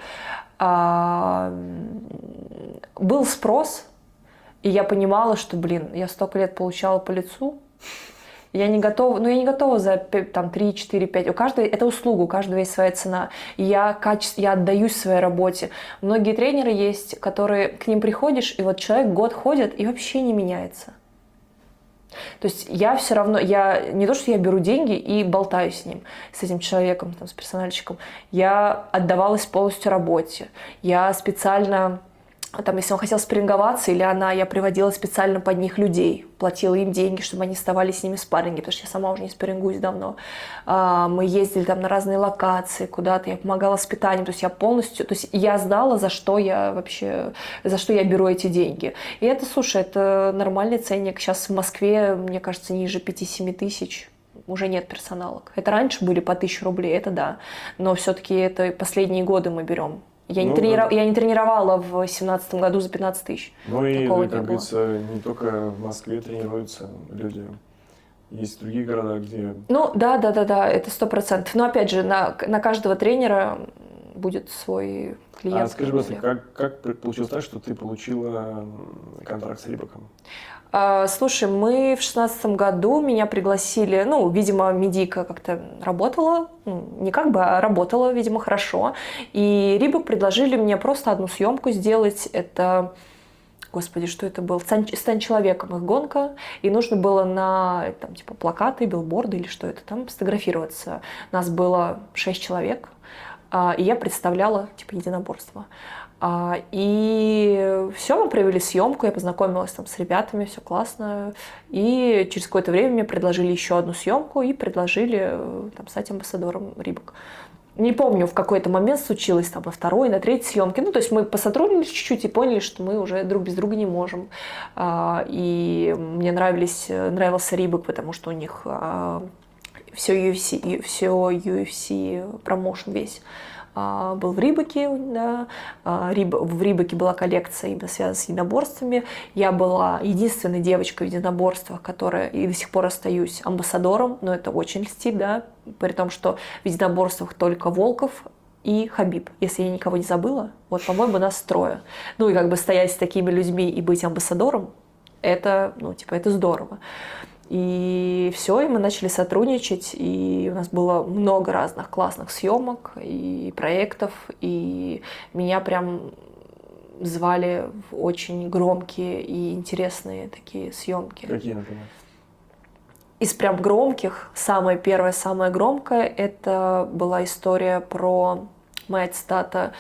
Speaker 1: Был спрос. И я понимала, что, блин, я столько лет получала по лицу, я не готова за там, 3, 4, 5. У каждой, это услуга, у каждого есть своя цена. И я отдаюсь своей работе. Многие тренеры есть, которые к ним приходишь, и вот человек год ходит и вообще не меняется. То есть я все равно, не то, что я беру деньги и болтаю с ним, с этим человеком, там, с персональщиком. Я отдавалась полностью работе. Я специально... Там, если он хотел спарринговаться или я приводила специально под них людей, платила им деньги, чтобы они вставали с ними в спарринги, потому что я сама уже не спаррингуюсь давно. Мы ездили там на разные локации куда-то, я помогала с питанием, то есть я полностью, то есть я знала, за что я беру эти деньги. И это, слушай, это нормальный ценник. Сейчас в Москве, мне кажется, ниже 5-7 тысяч. Уже нет персоналок. Это раньше были по 1000 рублей, это да. Но все-таки это последние годы мы берем. Я не тренировала в 2017 году за 15 тысяч.
Speaker 3: Ну и, как говорится, не только в Москве тренируются люди. Есть другие города, где...
Speaker 1: Ну, да, это 100%. Но опять же, на каждого тренера будет свой клиент.
Speaker 3: Скажи, пожалуйста, как получилось так, что ты получила контракт с Рибаком?
Speaker 1: Слушай, мы в 2016 году меня пригласили, ну, видимо, медийка как-то работала, не как бы, а работала, видимо, хорошо. И Рибак предложили мне просто одну съемку сделать. Это господи, что это был? «Стань человеком» их гонка, и нужно было на там, типа, плакаты, билборды или что это там сфотографироваться. Нас было 6 человек, и я представляла типа единоборство. И все, мы провели съемку, я познакомилась там с ребятами, все классно. И через какое-то время мне предложили еще одну съемку и предложили там, стать амбассадором Рибок. Не помню, в какой-то момент случилось там на второй, на третьей съемке. Ну, то есть мы посотрудничали чуть-чуть и поняли, что мы уже друг без друга не можем. И мне нравился Рибок, потому что у них все UFC промоушен весь был в Рибоке, да. В Рибоке была коллекция именно связанная с единоборствами. Я была единственной девочкой в единоборствах, которая, и до сих пор остаюсь амбассадором, но это очень льстит, да, при том, что в единоборствах только Волков и Хабиб. Если я никого не забыла, вот, по-моему, нас 3. Ну и как бы стоять с такими людьми и быть амбассадором, это, ну, типа, это здорово. И все, и мы начали сотрудничать, и у нас было много разных классных съемок и проектов, и меня прям звали в очень громкие и интересные такие съемки.
Speaker 3: Какие, например?
Speaker 1: Из прям громких, самое первое, самое громкое, это была история про, моя цитата,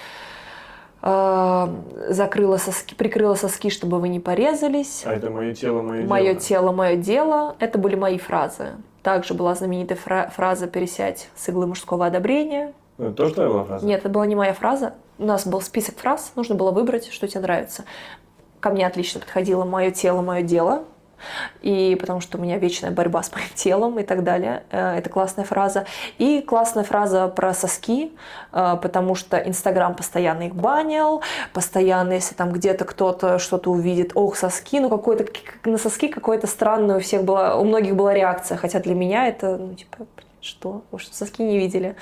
Speaker 1: прикрыла соски, чтобы вы не порезались.
Speaker 3: А это «Мое тело, мое дело».
Speaker 1: «Мое тело, мое дело». Это были мои фразы. Также была знаменитая фраза «Пересядь с иглы мужского одобрения».
Speaker 3: Это тоже твоя была фраза?
Speaker 1: Нет, это была не моя фраза. У нас был список фраз, нужно было выбрать, что тебе нравится. Ко мне отлично подходило «Мое тело, мое дело». И потому что у меня вечная борьба с моим телом и так далее. Это классная фраза. И классная фраза про соски, потому что Инстаграм постоянно их банил, постоянно, если там где-то кто-то что-то увидит, ох, соски, ну какой-то на соски какое-то странное у многих была реакция, хотя для меня это, ну типа, что? Вы что, соски не видели?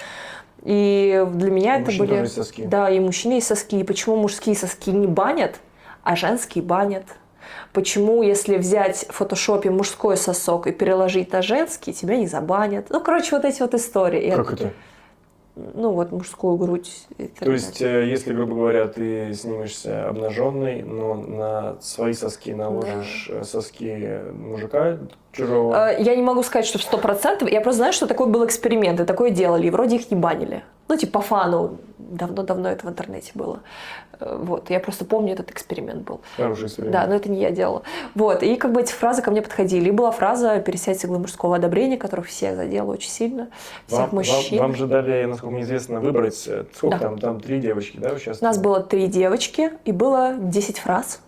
Speaker 1: И для меня это были...
Speaker 3: Тоже соски.
Speaker 1: Да, и мужчины и соски. И почему мужские соски не банят, а женские банят? Почему, если взять в фотошопе мужской сосок и переложить на женский, тебя не забанят? Ну, короче, вот эти вот истории.
Speaker 3: Как это?
Speaker 1: Ну, вот мужскую грудь.
Speaker 3: То есть, если, грубо говоря, ты снимешься обнаженной, но на свои соски наложишь соски мужика чужого?
Speaker 1: Я не могу сказать, что в 100%. Я просто знаю, что такой был эксперимент, и такое делали, и вроде их не банили. Ну, типа по фану. Давно это в интернете было. Вот. Я просто помню, этот эксперимент был.
Speaker 3: Хороший эксперимент.
Speaker 1: Да, но это не я делала. Вот. И как бы эти фразы ко мне подходили. И была фраза «Пересядь с иглы мужского одобрения», которая всех задела очень сильно. Всех мужчин.
Speaker 3: Вам же дали, насколько мне известно, выбрать, сколько там 3 девочки, да, участвовали?
Speaker 1: У нас было 3 девочки, и было 10 фраз.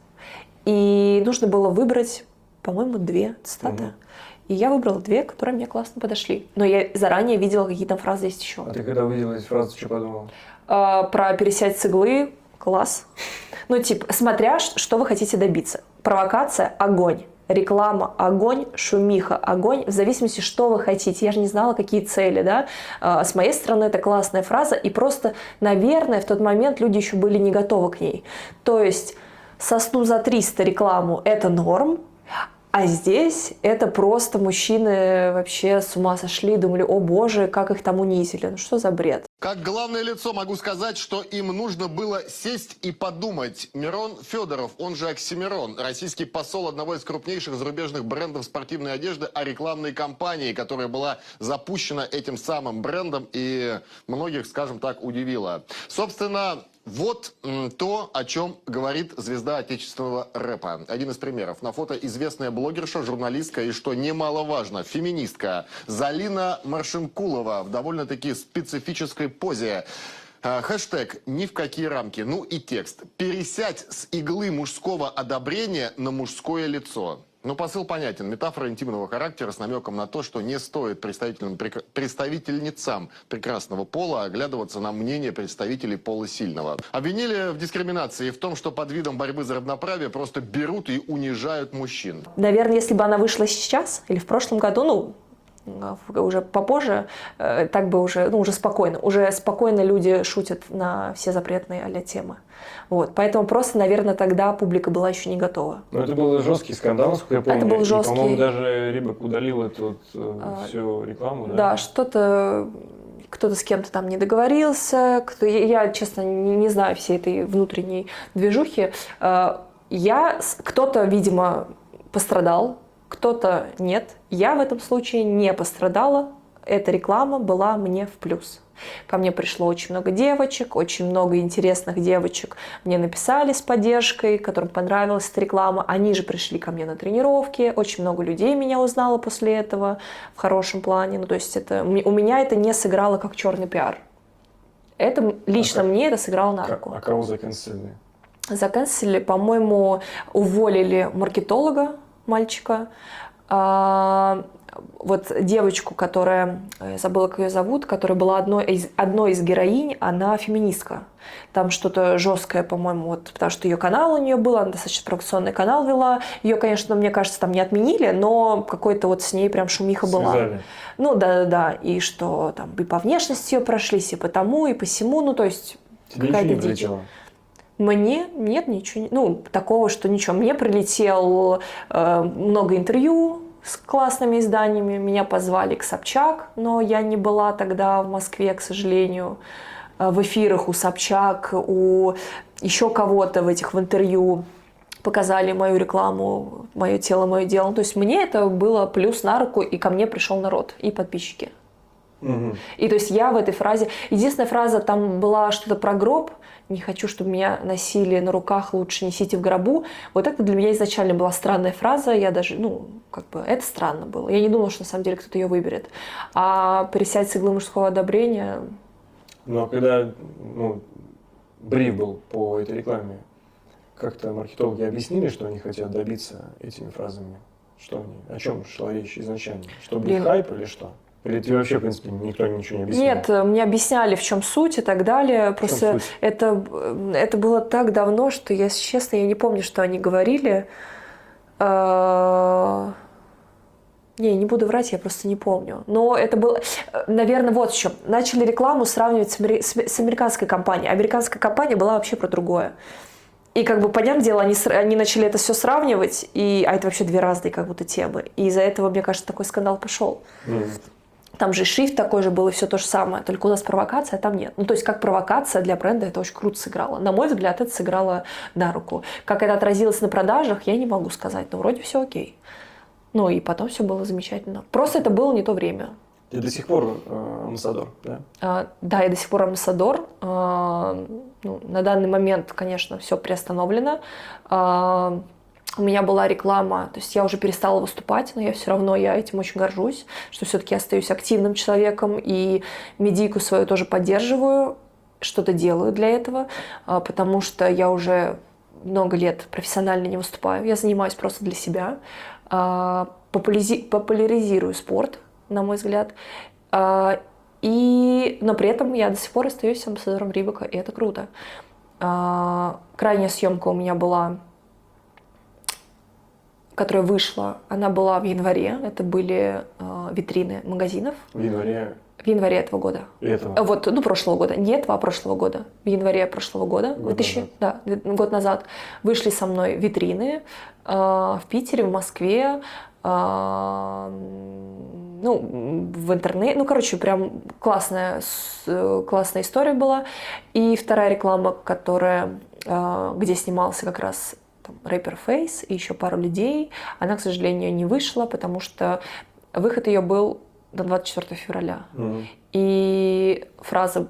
Speaker 1: И нужно было выбрать, по-моему, 2 цитаты. И я выбрала 2, которые мне классно подошли. Но я заранее видела, какие там фразы есть еще.
Speaker 3: А ты когда увидела эти фразы, что подумала?
Speaker 1: Про «пересядь с иглы» — класс. Ну, типа, смотря, что вы хотите добиться. Провокация — огонь. Реклама — огонь, шумиха — огонь, в зависимости, что вы хотите. Я же не знала, какие цели, да. С моей стороны, это классная фраза, и просто, наверное, в тот момент люди еще были не готовы к ней. То есть, сосну за 300 рекламу — это норм, а здесь это просто мужчины вообще с ума сошли, думали, о боже, как их там унизили, ну что за бред.
Speaker 12: Как главное лицо могу сказать, что им нужно было сесть и подумать. Мирон Федоров, он же Оксимирон, российский посол одного из крупнейших зарубежных брендов спортивной одежды о рекламной кампании, которая была запущена этим самым брендом и многих, скажем так, удивила. Собственно, вот то, о чем говорит звезда отечественного рэпа. Один из примеров. На фото известная блогерша, журналистка и, что немаловажно, феминистка Залина Маршинкулова в довольно-таки специфической позе. Хэштег «Ни в какие рамки». Ну и текст. «Пересядь с иглы мужского одобрения на мужское лицо». Ну, посыл понятен. Метафора интимного характера с намеком на то, что не стоит представительницам прекрасного пола оглядываться на мнение представителей пола сильного. Обвинили в дискриминации и в том, что под видом борьбы за равноправие просто берут и унижают мужчин.
Speaker 1: Наверное, если бы она вышла сейчас или в прошлом году, ну, уже попозже, так бы уже, ну, уже спокойно люди шутят на все запретные а-ля темы. Вот. Поэтому просто, наверное, тогда публика была еще не готова.
Speaker 3: Но это был жесткий скандал, насколько я помню.
Speaker 1: Это был жесткий.
Speaker 3: И, по-моему, даже Рибок удалил эту всю рекламу.
Speaker 1: Да, кто-то с кем-то там не договорился. Я, честно, не знаю всей этой внутренней движухи. Кто-то, видимо, пострадал, кто-то нет. Я в этом случае не пострадала. Эта реклама была мне в плюс. Ко мне пришло очень много девочек, очень много интересных девочек мне написали с поддержкой, которым понравилась эта реклама. Они же пришли ко мне на тренировки, очень много людей меня узнало после этого в хорошем плане. Ну, то есть у меня это не сыграло как черный пиар. Это лично мне это сыграло на руку.
Speaker 3: А кого заканцелили?
Speaker 1: Заканцелили, по-моему, уволили маркетолога, мальчика. Вот девочку, которая, я забыла, как ее зовут, которая была одной из героинь, она феминистка. Там что-то жесткое, по-моему, вот, потому что ее канал у нее был, она достаточно провокационный канал вела. Ее, конечно, мне кажется, там не отменили, но какой-то вот с ней прям шумиха была.
Speaker 3: Связали.
Speaker 1: Ну, да. И что там и по внешности ее прошлись, и по тому, и по сему. Ну, то есть
Speaker 3: Тебе
Speaker 1: какая-то
Speaker 3: ничего не
Speaker 1: дичь.
Speaker 3: прилетело?
Speaker 1: Мне нет, ничего. Ну, такого, что ничего. Мне прилетело много интервью с классными изданиями. Меня позвали к Собчак, но я не была тогда в Москве, к сожалению. В эфирах у Собчак, у еще кого-то в интервью показали мою рекламу, мое тело, мое дело. То есть мне это было плюс на руку, и ко мне пришел народ, и подписчики.
Speaker 3: Угу.
Speaker 1: И то есть я в этой фразе... Единственная фраза там была что-то про гроб. Не хочу, чтобы меня носили на руках, лучше несите в гробу. Вот это для меня изначально была странная фраза. Я даже, это странно было. Я не думала, что на самом деле кто-то ее выберет. А «Присядь с иглы мужского одобрения».
Speaker 3: Но когда бриф был по этой рекламе, как-то маркетологи объяснили, что они хотят добиться этими фразами? О чем шла речь изначально? Чтобы хайп или что? Или тебе вообще, в принципе, никто ничего не объяснил?
Speaker 1: Нет, мне объясняли, в чем суть и так далее. Просто это было так давно, что, если честно, я не помню, что они говорили. Не буду врать, я просто не помню. Но это было, наверное, вот в чем. Начали рекламу сравнивать с американской компанией. Американская компания была вообще про другое. И понятное дело, они начали это все сравнивать, а это вообще две разные как будто темы. И из-за этого, мне кажется, такой скандал пошел. Там же шрифт такой же был, и все то же самое. Только у нас провокация, а там нет. Ну, то есть, как провокация для бренда это очень круто сыграло. На мой взгляд, это сыграло на руку. Как это отразилось на продажах, я не могу сказать. Но вроде все окей. Ну, и потом все было замечательно. Просто это было не то время.
Speaker 3: Ты до сих пор амбассадор, да?
Speaker 1: Да, я до сих пор амбассадор. На данный момент, конечно, все приостановлено. У меня была реклама, то есть я уже перестала выступать, но я все равно этим очень горжусь, что все-таки я остаюсь активным человеком и медийку свою тоже поддерживаю, что-то делаю для этого, потому что я уже много лет профессионально не выступаю, я занимаюсь просто для себя, популяризирую спорт, на мой взгляд, но при этом я до сих пор остаюсь амбассадором Рибака, и это круто. Крайняя съемка у меня была, которая вышла, она была в январе. Это были витрины магазинов.
Speaker 3: В январе?
Speaker 1: В январе этого года.
Speaker 3: Этого?
Speaker 1: Прошлого года. Не этого, а прошлого года. В январе прошлого года. Год назад. Вышли со мной витрины в Питере, в Москве, в интернете. Прям классная история была. И вторая реклама, где снимался как раз рэпер Фейс и еще пару людей, она, к сожалению, не вышла, потому что выход ее был до 24 февраля. И фраза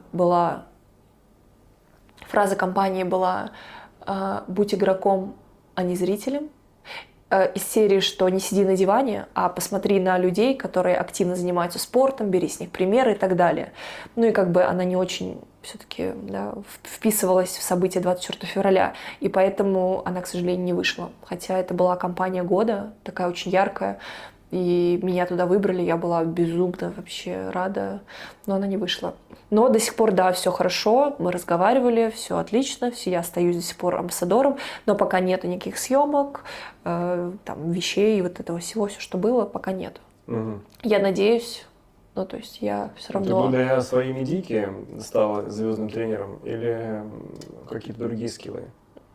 Speaker 1: компании была «Будь игроком, а не зрителем». Из серии, что не сиди на диване, а посмотри на людей, которые активно занимаются спортом, бери с них примеры и так далее. Ну и она не очень все-таки вписывалась в события 24 февраля, и поэтому она, к сожалению, не вышла. Хотя это была кампания года, такая очень яркая, и меня туда выбрали, я была безумно вообще рада, но она не вышла. Но до сих пор, все хорошо, мы разговаривали, все отлично, я остаюсь до сих пор амбассадором, но пока нету никаких съемок, вещей, вот этого всего, все, что было, пока нет. Я надеюсь, то есть я все равно...
Speaker 3: Ты благодаря своей медийке стала звездным тренером или какие-то другие скиллы?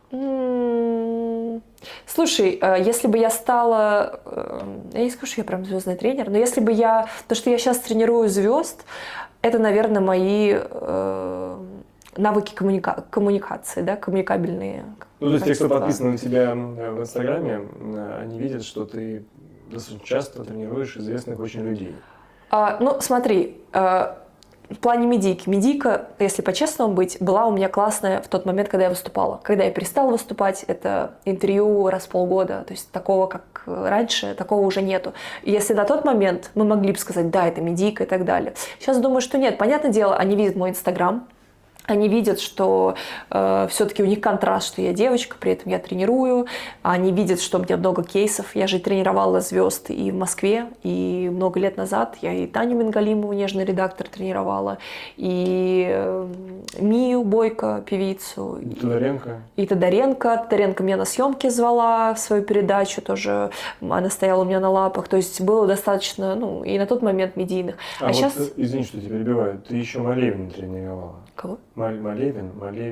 Speaker 1: Слушай, если бы я стала... Я не скажу, что я прям звездный тренер, но если бы то, что я сейчас тренирую звезд, это, наверное, мои навыки коммуникации, да, коммуникабельные.
Speaker 3: Ну, то есть те, кто подписан на тебя в Инстаграме, они видят, что ты достаточно часто тренируешь известных очень людей.
Speaker 1: Ну, смотри, в плане медийки. Медийка, если по-честному быть, была у меня классная в тот момент, когда я выступала. Когда я перестала выступать, это интервью раз в полгода. То есть такого, как раньше, такого уже нету. И если на тот момент мы могли бы сказать, да, это медийка и так далее. Сейчас думаю, что нет. Понятное дело, они видят мой Инстаграм. Они видят, что все-таки у них контраст, что я девочка, при этом я тренирую. Они видят, что у меня много кейсов. Я же тренировала звезд и в Москве, и много лет назад я и Таню Мингалимову, нежный редактор, тренировала, и Мию Бойко, певицу.
Speaker 3: И Тодоренко.
Speaker 1: И Тодоренко. Тодоренко меня на съемки звала в свою передачу тоже. Она стояла у меня на лапах. То есть было достаточно, ну, и на тот момент медийных.
Speaker 3: А вот,
Speaker 1: сейчас...
Speaker 3: Извини, что тебя перебиваю. Ты еще Малевин тренировала.
Speaker 1: Кого?
Speaker 3: Малявин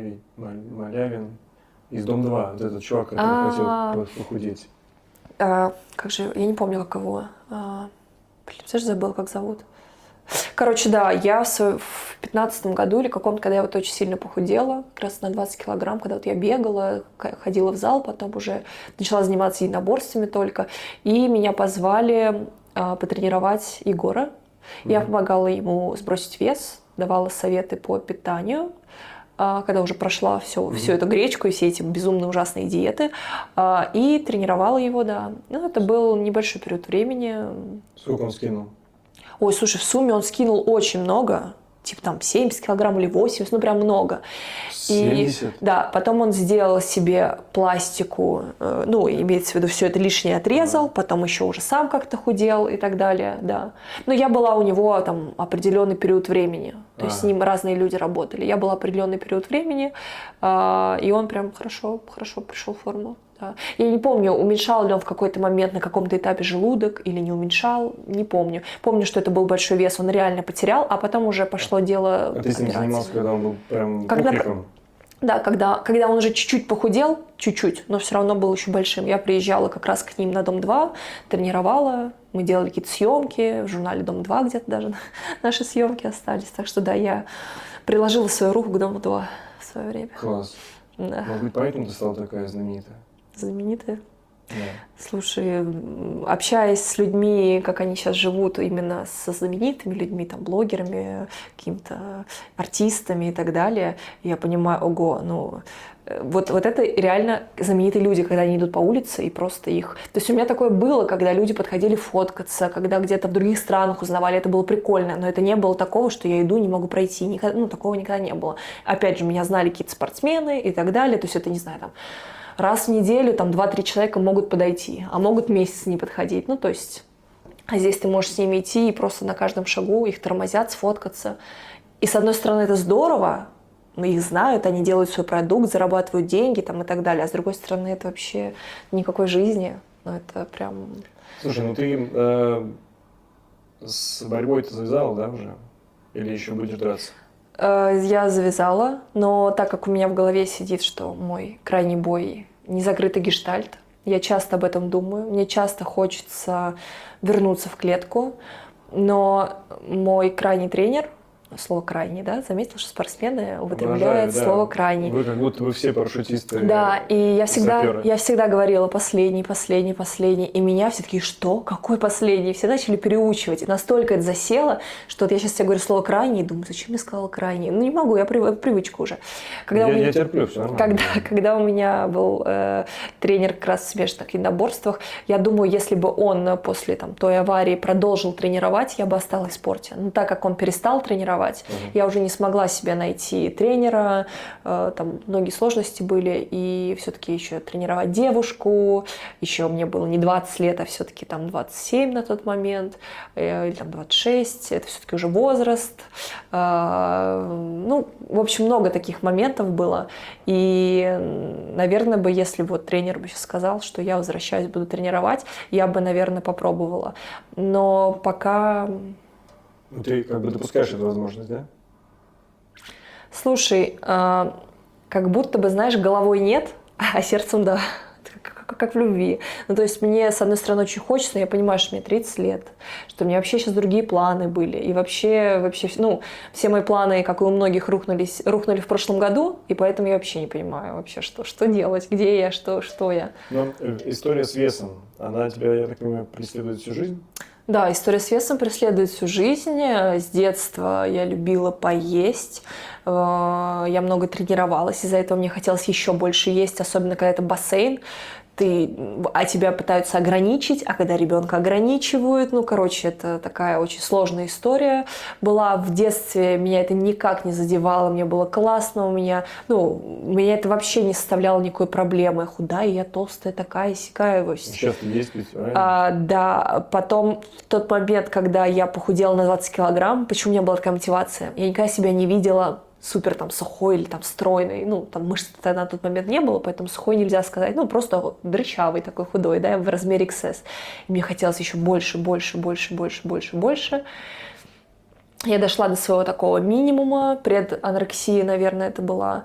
Speaker 3: из Дом-2, вот этот чувак, который хотел похудеть.
Speaker 1: Как же, я не помню, как его. Блин, забыла, как зовут. Короче, да, я в 2015 году или каком-то, когда я вот очень сильно похудела, как раз на 20 килограмм, когда вот я бегала, ходила в зал, потом уже начала заниматься единоборствами только, и меня позвали потренировать Егора. Я помогала ему сбросить вес, давала советы по питанию, когда уже прошла всю эту гречку и все эти безумно ужасные диеты, и тренировала его, да. Ну, это был небольшой период времени.
Speaker 3: Сколько он скинул?
Speaker 1: Ой, слушай, в сумме он скинул очень много, типа там 70 килограмм или 80, ну прям много.
Speaker 3: 70?
Speaker 1: И, да, потом он сделал себе пластику, ну, имеется в виду, все это лишнее отрезал, потом еще уже сам как-то худел и так далее, да. Но я была у него там определенный период времени, то есть с ним разные люди работали. Я была определенный период времени, и он прям хорошо пришел в форму. Да. Я не помню, уменьшал ли он в какой-то момент на каком-то этапе желудок или не уменьшал, не помню. Помню, что это был большой вес, он реально потерял, а потом уже пошло дело
Speaker 3: операции. А ты с ним занимался, когда он был прям пухликом?
Speaker 1: Да, когда он уже чуть-чуть похудел, но все равно был еще большим. Я приезжала как раз к ним на Дом-2, тренировала, мы делали какие-то съемки, в журнале Дом-2 где-то даже наши съемки остались. Так что да, я приложила свою руку к Дому-2 в свое время.
Speaker 3: Класс.
Speaker 1: Да.
Speaker 3: Может быть, поэтому ты стала такая знаменитая?
Speaker 1: Знаменитая?
Speaker 3: Да.
Speaker 1: Слушай, общаясь с людьми, как они сейчас живут, именно со знаменитыми людьми, там, блогерами, какими-то артистами и так далее, я понимаю, ого, ну, вот это реально знаменитые люди, когда они идут по улице и просто их... То есть у меня такое было, когда люди подходили фоткаться, когда где-то в других странах узнавали, это было прикольно, но это не было такого, что я иду, не могу пройти, никогда, ну, такого никогда не было. Опять же, меня знали какие-то спортсмены и так далее, то есть это, не знаю, там, раз в неделю там 2-3 человека могут подойти, а могут месяц не подходить. Ну, то есть, а здесь ты можешь с ними идти и просто на каждом шагу их тормозят, сфоткаться. И с одной стороны это здорово, их знают, они делают свой продукт, зарабатывают деньги там, и так далее. А с другой стороны это вообще никакой жизни. Ну, это прям...
Speaker 3: Слушай, ну ты с борьбой-то завязала, да, уже? Или еще будешь драться?
Speaker 1: Я завязала, но так как у меня в голове сидит, что мой крайний бой не закрытый гештальт, я часто об этом думаю, мне часто хочется вернуться в клетку, но мой крайний тренер, слово «крайний», да, заметил, что спортсмены употребляют слово «крайний».
Speaker 3: Вы как будто вы все парашютисты.
Speaker 1: Да, и я всегда говорила последний, и меня все таки что? Какой последний? Все начали переучивать, и настолько это засело, что вот я сейчас тебе говорю слово «крайний», и думаю, зачем я сказала «крайний»? Ну не могу, я привычка уже.
Speaker 3: Я терплю, все нормально.
Speaker 1: Когда у меня был тренер как раз в смешанных единоборствах, я думаю, если бы он после той аварии продолжил тренировать, я бы осталась в спорте. Но так как он перестал тренировать, я уже не смогла себе найти тренера, там многие сложности были, и все-таки еще тренировать девушку, еще мне было не 20 лет, а все-таки там 27 на тот момент, или там 26, это все-таки уже возраст. Ну, в общем, много таких моментов было, и, наверное, бы, если вот тренер бы сейчас сказал, что я возвращаюсь, буду тренировать, я бы, наверное, попробовала. Но пока...
Speaker 3: Ты как бы допускаешь эту возможность, да?
Speaker 1: Слушай, как будто бы, знаешь, головой нет, а сердцем да. как в любви. Ну, то есть мне, с одной стороны, очень хочется, но я понимаю, что мне 30 лет, что у меня вообще сейчас другие планы были. И вообще, ну, все мои планы, как и у многих, рухнули в прошлом году, и поэтому я вообще не понимаю вообще, что делать, где я, что я.
Speaker 3: Но история с весом, она тебя, я так понимаю, преследует всю жизнь?
Speaker 1: Да, история с весом преследует всю жизнь. С детства я любила поесть. Я много тренировалась. Из-за этого мне хотелось еще больше есть, особенно когда это бассейн. Тебя пытаются ограничить, а когда ребенка ограничивают, ну, короче, это такая очень сложная история была. В детстве меня это никак не задевало, мне было классно, меня это вообще не составляло никакой проблемы. Я худая, я толстая, такая, сякая.
Speaker 3: Сейчас ты есть, правильно?
Speaker 1: Да, потом в тот момент, когда я похудела на 20 килограмм, почему у меня была такая мотивация? Я никогда себя не видела супер там сухой или там стройный, ну там мышц-то на тот момент не было, поэтому сухой нельзя сказать, ну просто дрычавый такой худой, да, в размере XS. И мне хотелось еще больше. Я дошла до своего такого минимума, преданорексия, наверное, это была,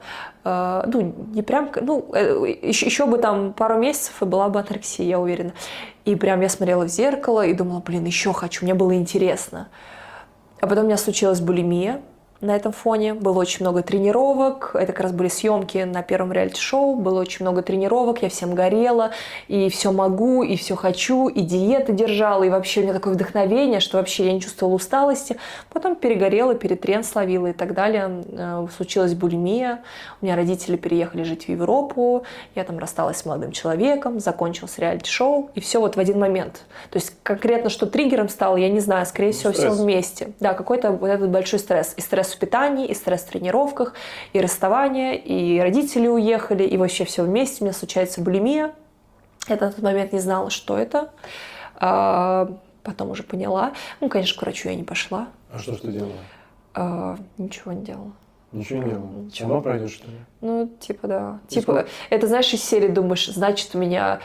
Speaker 1: не прям, еще бы там пару месяцев и была бы анорексия, я уверена. И прям я смотрела в зеркало и думала, еще хочу, мне было интересно. А потом у меня случилась булимия. На этом фоне было очень много тренировок, это как раз были съемки на первом реалити-шоу, было очень много тренировок, я всем горела, и все могу, и все хочу, и диеты держала, и вообще у меня такое вдохновение, что вообще я не чувствовала усталости. Потом перегорела, перетрен словила и так далее. Случилась булимия, у меня родители переехали жить в Европу, я там рассталась с молодым человеком, закончился реалити-шоу, и все вот в один момент. То есть конкретно, что триггером стало, я не знаю, скорее всего, все вместе. Да, какой-то вот этот большой стресс. И стресс в питании, и стресс в тренировках, и расставание, и родители уехали, и вообще все вместе. У меня случается булимия. Я на тот момент не знала, что это. Потом уже поняла. Ну, конечно, к врачу я не пошла.
Speaker 3: А что ж ты делала?
Speaker 1: Ничего не делала.
Speaker 3: Ничего не делала? Сама пройдешь, что ли?
Speaker 1: Ну, да. Это, знаешь, из серии думаешь, значит, у меня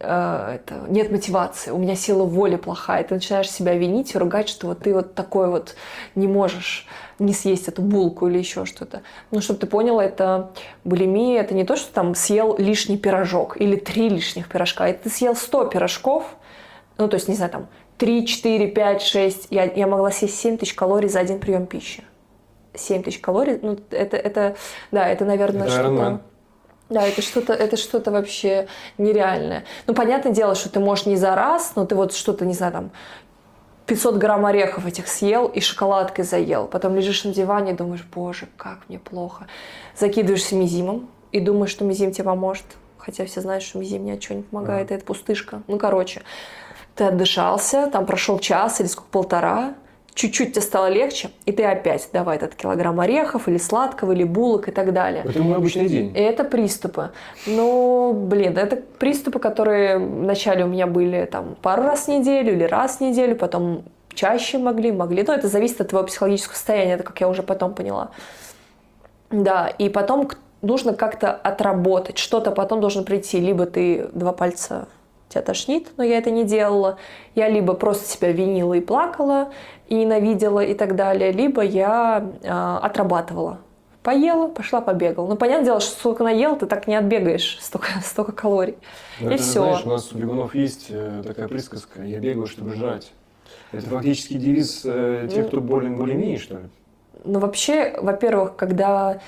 Speaker 1: нет мотивации, у меня сила воли плохая. Ты начинаешь себя винить и ругать, что вот ты вот такой вот не можешь не съесть эту булку или еще что-то. Ну, чтобы ты поняла, это булимия, это не то, что там съел лишний пирожок или 3 лишних пирожка, это ты съел 100 пирожков, ну, то есть, не знаю, там 3, 4, 5, 6, я могла съесть 7 тысяч калорий за один прием пищи. 7 тысяч калорий, ну, это наверное,
Speaker 3: это
Speaker 1: что-то... Да, это что-то вообще нереальное. Ну, понятное дело, что ты можешь не за раз, но ты вот что-то, не знаю, там, 500 грамм орехов этих съел и шоколадкой заел. Потом лежишь на диване и думаешь, боже, как мне плохо. Закидываешься мизимом и думаешь, что мизим тебе поможет. Хотя все знают, что мизим ни от чего не помогает, это пустышка. Ну, короче, ты отдышался, там прошел час или сколько, полтора, чуть-чуть тебе стало легче, и ты опять давай этот килограмм орехов, или сладкого, или булок и так далее.
Speaker 3: Это мой обычный день.
Speaker 1: И это приступы. Ну, это приступы, которые вначале у меня были там пару раз в неделю или раз в неделю, потом чаще могли. Но это зависит от твоего психологического состояния, это как я уже потом поняла. Да, и потом нужно как-то отработать, что-то потом должно прийти. Либо ты 2 пальца тебя тошнит, но я это не делала. Я либо просто себя винила и плакала, и ненавидела и так далее, либо я отрабатывала. Поела, пошла побегала. Ну, понятное дело, что сколько наел, ты так не отбегаешь столько калорий.
Speaker 3: Но
Speaker 1: и
Speaker 3: это,
Speaker 1: все.
Speaker 3: Знаешь, у нас у бегунов есть такая присказка: я бегаю, чтобы жрать. Это фактически девиз тех, кто болен булимией, что ли?
Speaker 1: Ну, вообще, во-первых, когда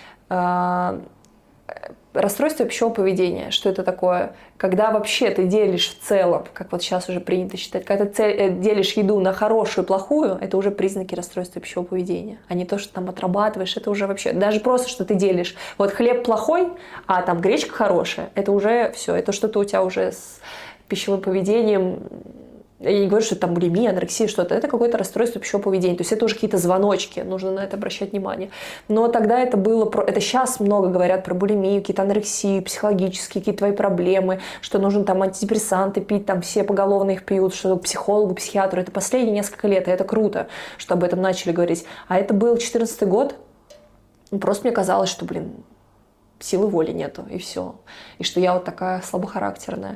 Speaker 1: расстройство пищевого поведения, что это такое? Когда вообще ты делишь в целом, как вот сейчас уже принято считать, когда ты делишь еду на хорошую и плохую, это уже признаки расстройства пищевого поведения, а не то, что там отрабатываешь, это уже вообще, даже просто, что ты делишь, вот хлеб плохой, а там гречка хорошая, это уже все, это что-то у тебя уже с пищевым поведением. Я не говорю, что это там булимия, анорексия, что-то. Это какое-то расстройство пищевого поведения. То есть это уже какие-то звоночки, нужно на это обращать внимание. Но тогда это было... Это сейчас много говорят про булимию, какие-то анорексии, психологические, какие-то твои проблемы, что нужно там антидепрессанты пить, там все поголовно их пьют, что к психологу, психиатру. Это последние несколько лет, и это круто, что об этом начали говорить. А это был 2014 год. Просто мне казалось, что, силы воли нету, и все. И что я вот такая слабохарактерная.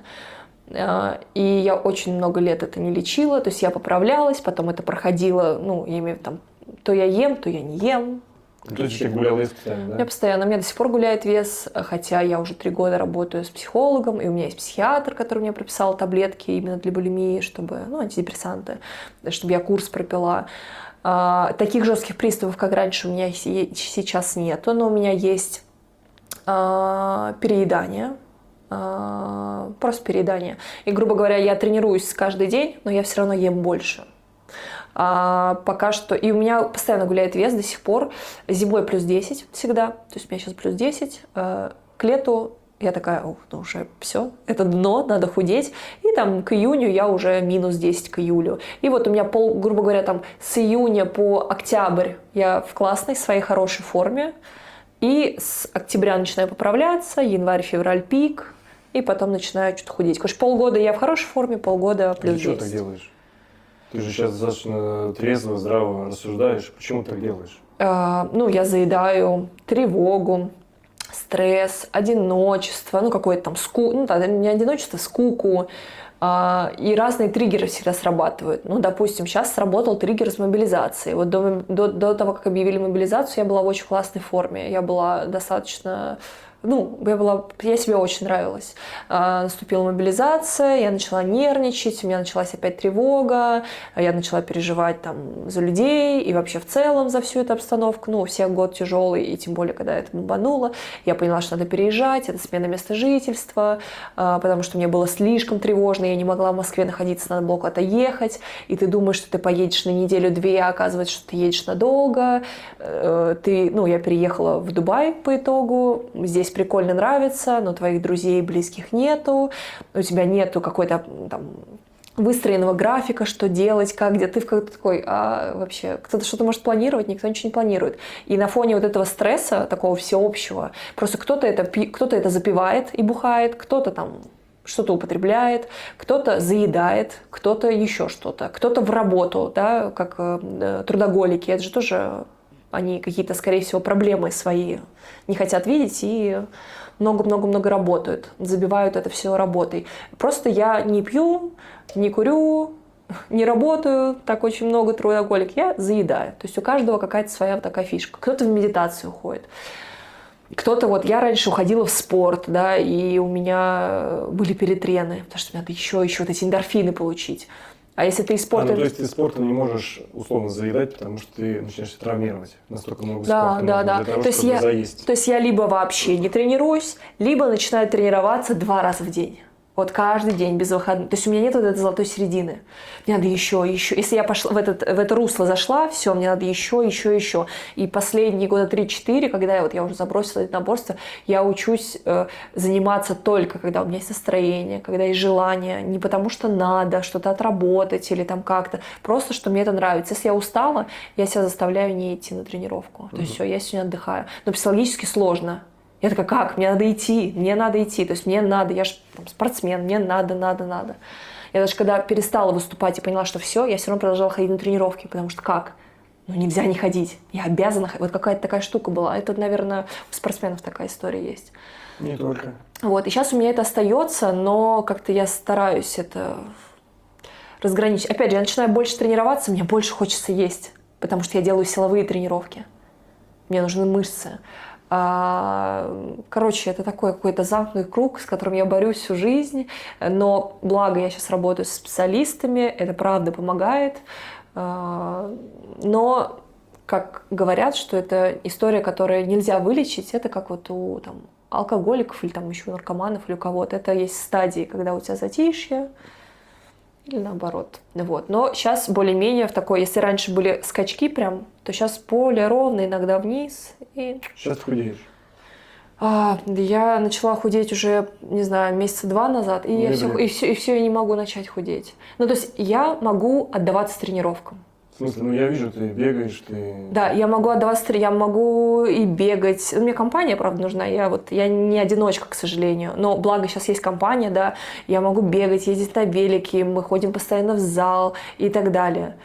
Speaker 1: И я очень много лет это не лечила, то есть я поправлялась, потом это проходило, я имею в виду, там, то я ем, то я не ем,
Speaker 3: То есть у тебя гулял вес постоянно, да?
Speaker 1: У меня постоянно, у меня до сих пор гуляет вес, хотя я уже 3 года работаю с психологом, и у меня есть психиатр, который мне прописал таблетки именно для булимии, чтобы, антидепрессанты, чтобы я курс пропила. Таких жестких приступов, как раньше, у меня сейчас нету, но у меня есть переедание, просто переедание. И, грубо говоря, я тренируюсь каждый день, но я все равно ем больше. Пока что, и у меня постоянно гуляет вес до сих пор, зимой плюс 10 всегда, то есть у меня сейчас плюс 10, к лету я такая, уже все, это дно, надо худеть, и там к июню я уже минус 10 к июлю. И вот у меня грубо говоря, там с июня по октябрь я в классной, своей хорошей форме, и с октября начинаю поправляться, январь, февраль пик, и потом начинаю что-то худеть. Короче, полгода я в хорошей форме, полгода плюс 10.
Speaker 3: Ты что так делаешь? Ты же сейчас достаточно трезво, здраво рассуждаешь. Почему так делаешь?
Speaker 1: Я заедаю тревогу, стресс, одиночество, какое-то там не одиночество, скуку. И разные триггеры всегда срабатывают. Допустим, сейчас сработал триггер с мобилизацией. Вот до того, как объявили мобилизацию, я была в очень классной форме. Я была достаточно... я себе очень нравилась. Наступила мобилизация, я начала нервничать, у меня началась опять тревога, я начала переживать за людей и вообще в целом за всю эту обстановку. У всех год тяжелый, и тем более, когда это бомбануло, я поняла, что надо переезжать, это смена места жительства, потому что мне было слишком тревожно, я не могла в Москве находиться, надо было куда-то ехать, и ты думаешь, что ты поедешь на неделю-две, а оказывается, что ты едешь надолго. Я переехала в Дубай по итогу, здесь прикольно, нравится, но твоих друзей близких нету, у тебя нету какой-то выстроенного графика, что делать, как, где ты в какой-то такой, вообще кто-то что-то может планировать, никто ничего не планирует. И на фоне вот этого стресса, такого всеобщего, просто кто-то это запивает и бухает, кто-то что-то употребляет, кто-то заедает, кто-то еще что-то, кто-то в работу, да, как трудоголики, это же тоже... Они какие-то, скорее всего, проблемы свои не хотят видеть и много-много-много работают, забивают это все работой. Просто я не пью, не курю, не работаю, так очень много трудоголик, я заедаю. То есть у каждого какая-то своя такая фишка. Кто-то в медитацию уходит. Кто-то, я раньше уходила в спорт, да, и у меня были перетрены, потому что надо еще вот эти эндорфины получить. А если ты из спорта...
Speaker 3: то есть ты спортом не можешь условно заедать, потому что ты начинаешь травмировать. Настолько много спорта нужно для того, чтобы заесть.
Speaker 1: То есть я либо вообще не тренируюсь, либо начинаю тренироваться 2 раза в день. Вот каждый день, без выходных. То есть у меня нет вот этой золотой середины. Мне надо еще. Если я пошла в это русло зашла, все, мне надо еще. И последние года 3-4, когда я уже забросила единоборство, я учусь заниматься только, когда у меня есть настроение, когда есть желание. Не потому что надо что-то отработать или как-то. Просто, что мне это нравится. Если я устала, я себя заставляю не идти на тренировку. То есть все, я сегодня отдыхаю. Но психологически сложно. Я такая, как? Мне надо идти. То есть мне надо, я же спортсмен, мне надо. Я даже когда перестала выступать и поняла, что все, я все равно продолжала ходить на тренировки, потому что как? Нельзя не ходить. Я обязана ходить. Вот какая-то такая штука была. Это, наверное, у спортсменов такая история есть.
Speaker 3: Не только.
Speaker 1: И сейчас у меня это остается, но как-то я стараюсь это разграничить. Опять же, я начинаю больше тренироваться, мне больше хочется есть, потому что я делаю силовые тренировки. Мне нужны мышцы. Это такой какой-то замкнутый круг, с которым я борюсь всю жизнь, но благо я сейчас работаю с специалистами, это правда помогает, но, как говорят, что это история, которую нельзя вылечить, это как у алкоголиков или еще у наркоманов или у кого-то, это есть стадии, когда у тебя затишье, или наоборот. Но сейчас более-менее в такой, если раньше были скачки прям, то сейчас более ровно, иногда вниз. И...
Speaker 3: Сейчас ты худеешь?
Speaker 1: Я начала худеть уже, не знаю, месяца 2 назад, и все, я не могу начать худеть. То есть я могу отдаваться тренировкам.
Speaker 3: В смысле, я вижу, ты бегаешь, ты...
Speaker 1: Да, я могу отдаваться, я могу и бегать. Мне компания, правда, нужна. Я не одиночка, к сожалению. Но благо сейчас есть компания, да. Я могу бегать, ездить на велике, мы ходим постоянно в зал и так далее.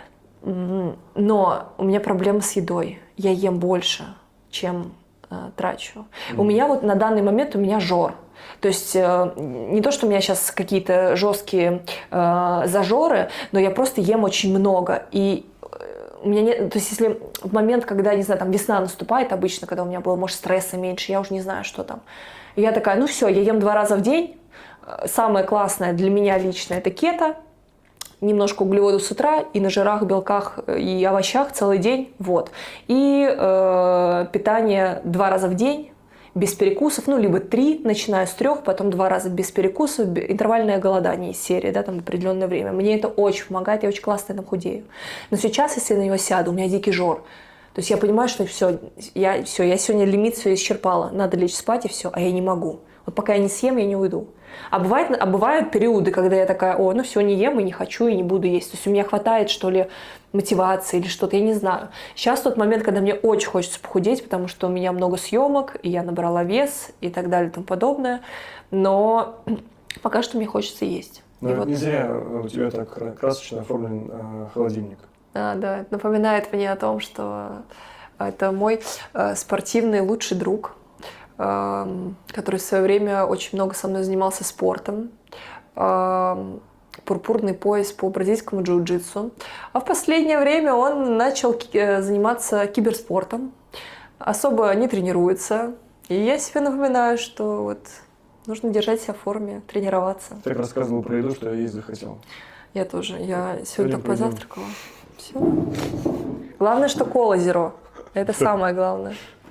Speaker 1: Но у меня проблема с едой. Я ем больше, чем трачу. У меня на данный момент жор. То есть не то, что у меня сейчас какие-то жесткие зажоры, но я просто ем очень много. И у меня нет, то есть если в момент, когда, не знаю, там весна наступает обычно, когда у меня было, может, стресса меньше, я уже не знаю, что там. И я такая, ну все, я ем 2 раза в день. Самое классное для меня лично это кето. Немножко углеводов с утра и на жирах, белках и овощах целый день. Вот. И питание 2 раза в день. Без перекусов, ну, либо 3, начиная с 3, потом 2 раза без перекусов, интервальное голодание из серии, да, там, определенное время. Мне это очень помогает, я очень классно там худею. Но сейчас, если я на него сяду, у меня дикий жор. То есть я понимаю, что я сегодня лимит все исчерпала, надо лечь спать и все, а я не могу. Вот пока я не съем, я не уйду. А бывают периоды, когда я такая, о, ну все, не ем и не хочу, и не буду есть. То есть у меня хватает, что ли, мотивации или что-то, я не знаю. Сейчас тот момент, когда мне очень хочется похудеть, потому что у меня много съемок, и я набрала вес и так далее и тому подобное. Но пока что мне хочется есть.
Speaker 3: Но
Speaker 1: вот...
Speaker 3: не зря у тебя так красочно оформлен холодильник.
Speaker 1: Да, это напоминает мне о том, что это мой спортивный лучший друг, который в свое время очень много со мной занимался спортом. Пурпурный пояс по бразильскому джиу-джитсу. А в последнее время он начал заниматься киберспортом. Особо не тренируется. И я себе напоминаю, что вот нужно держать себя в форме, тренироваться.
Speaker 3: Ты так рассказывал про еду, что я есть захотел.
Speaker 1: Я тоже. Я сегодня так позавтракала. Все. Главное, что кола зеро. Это самое главное.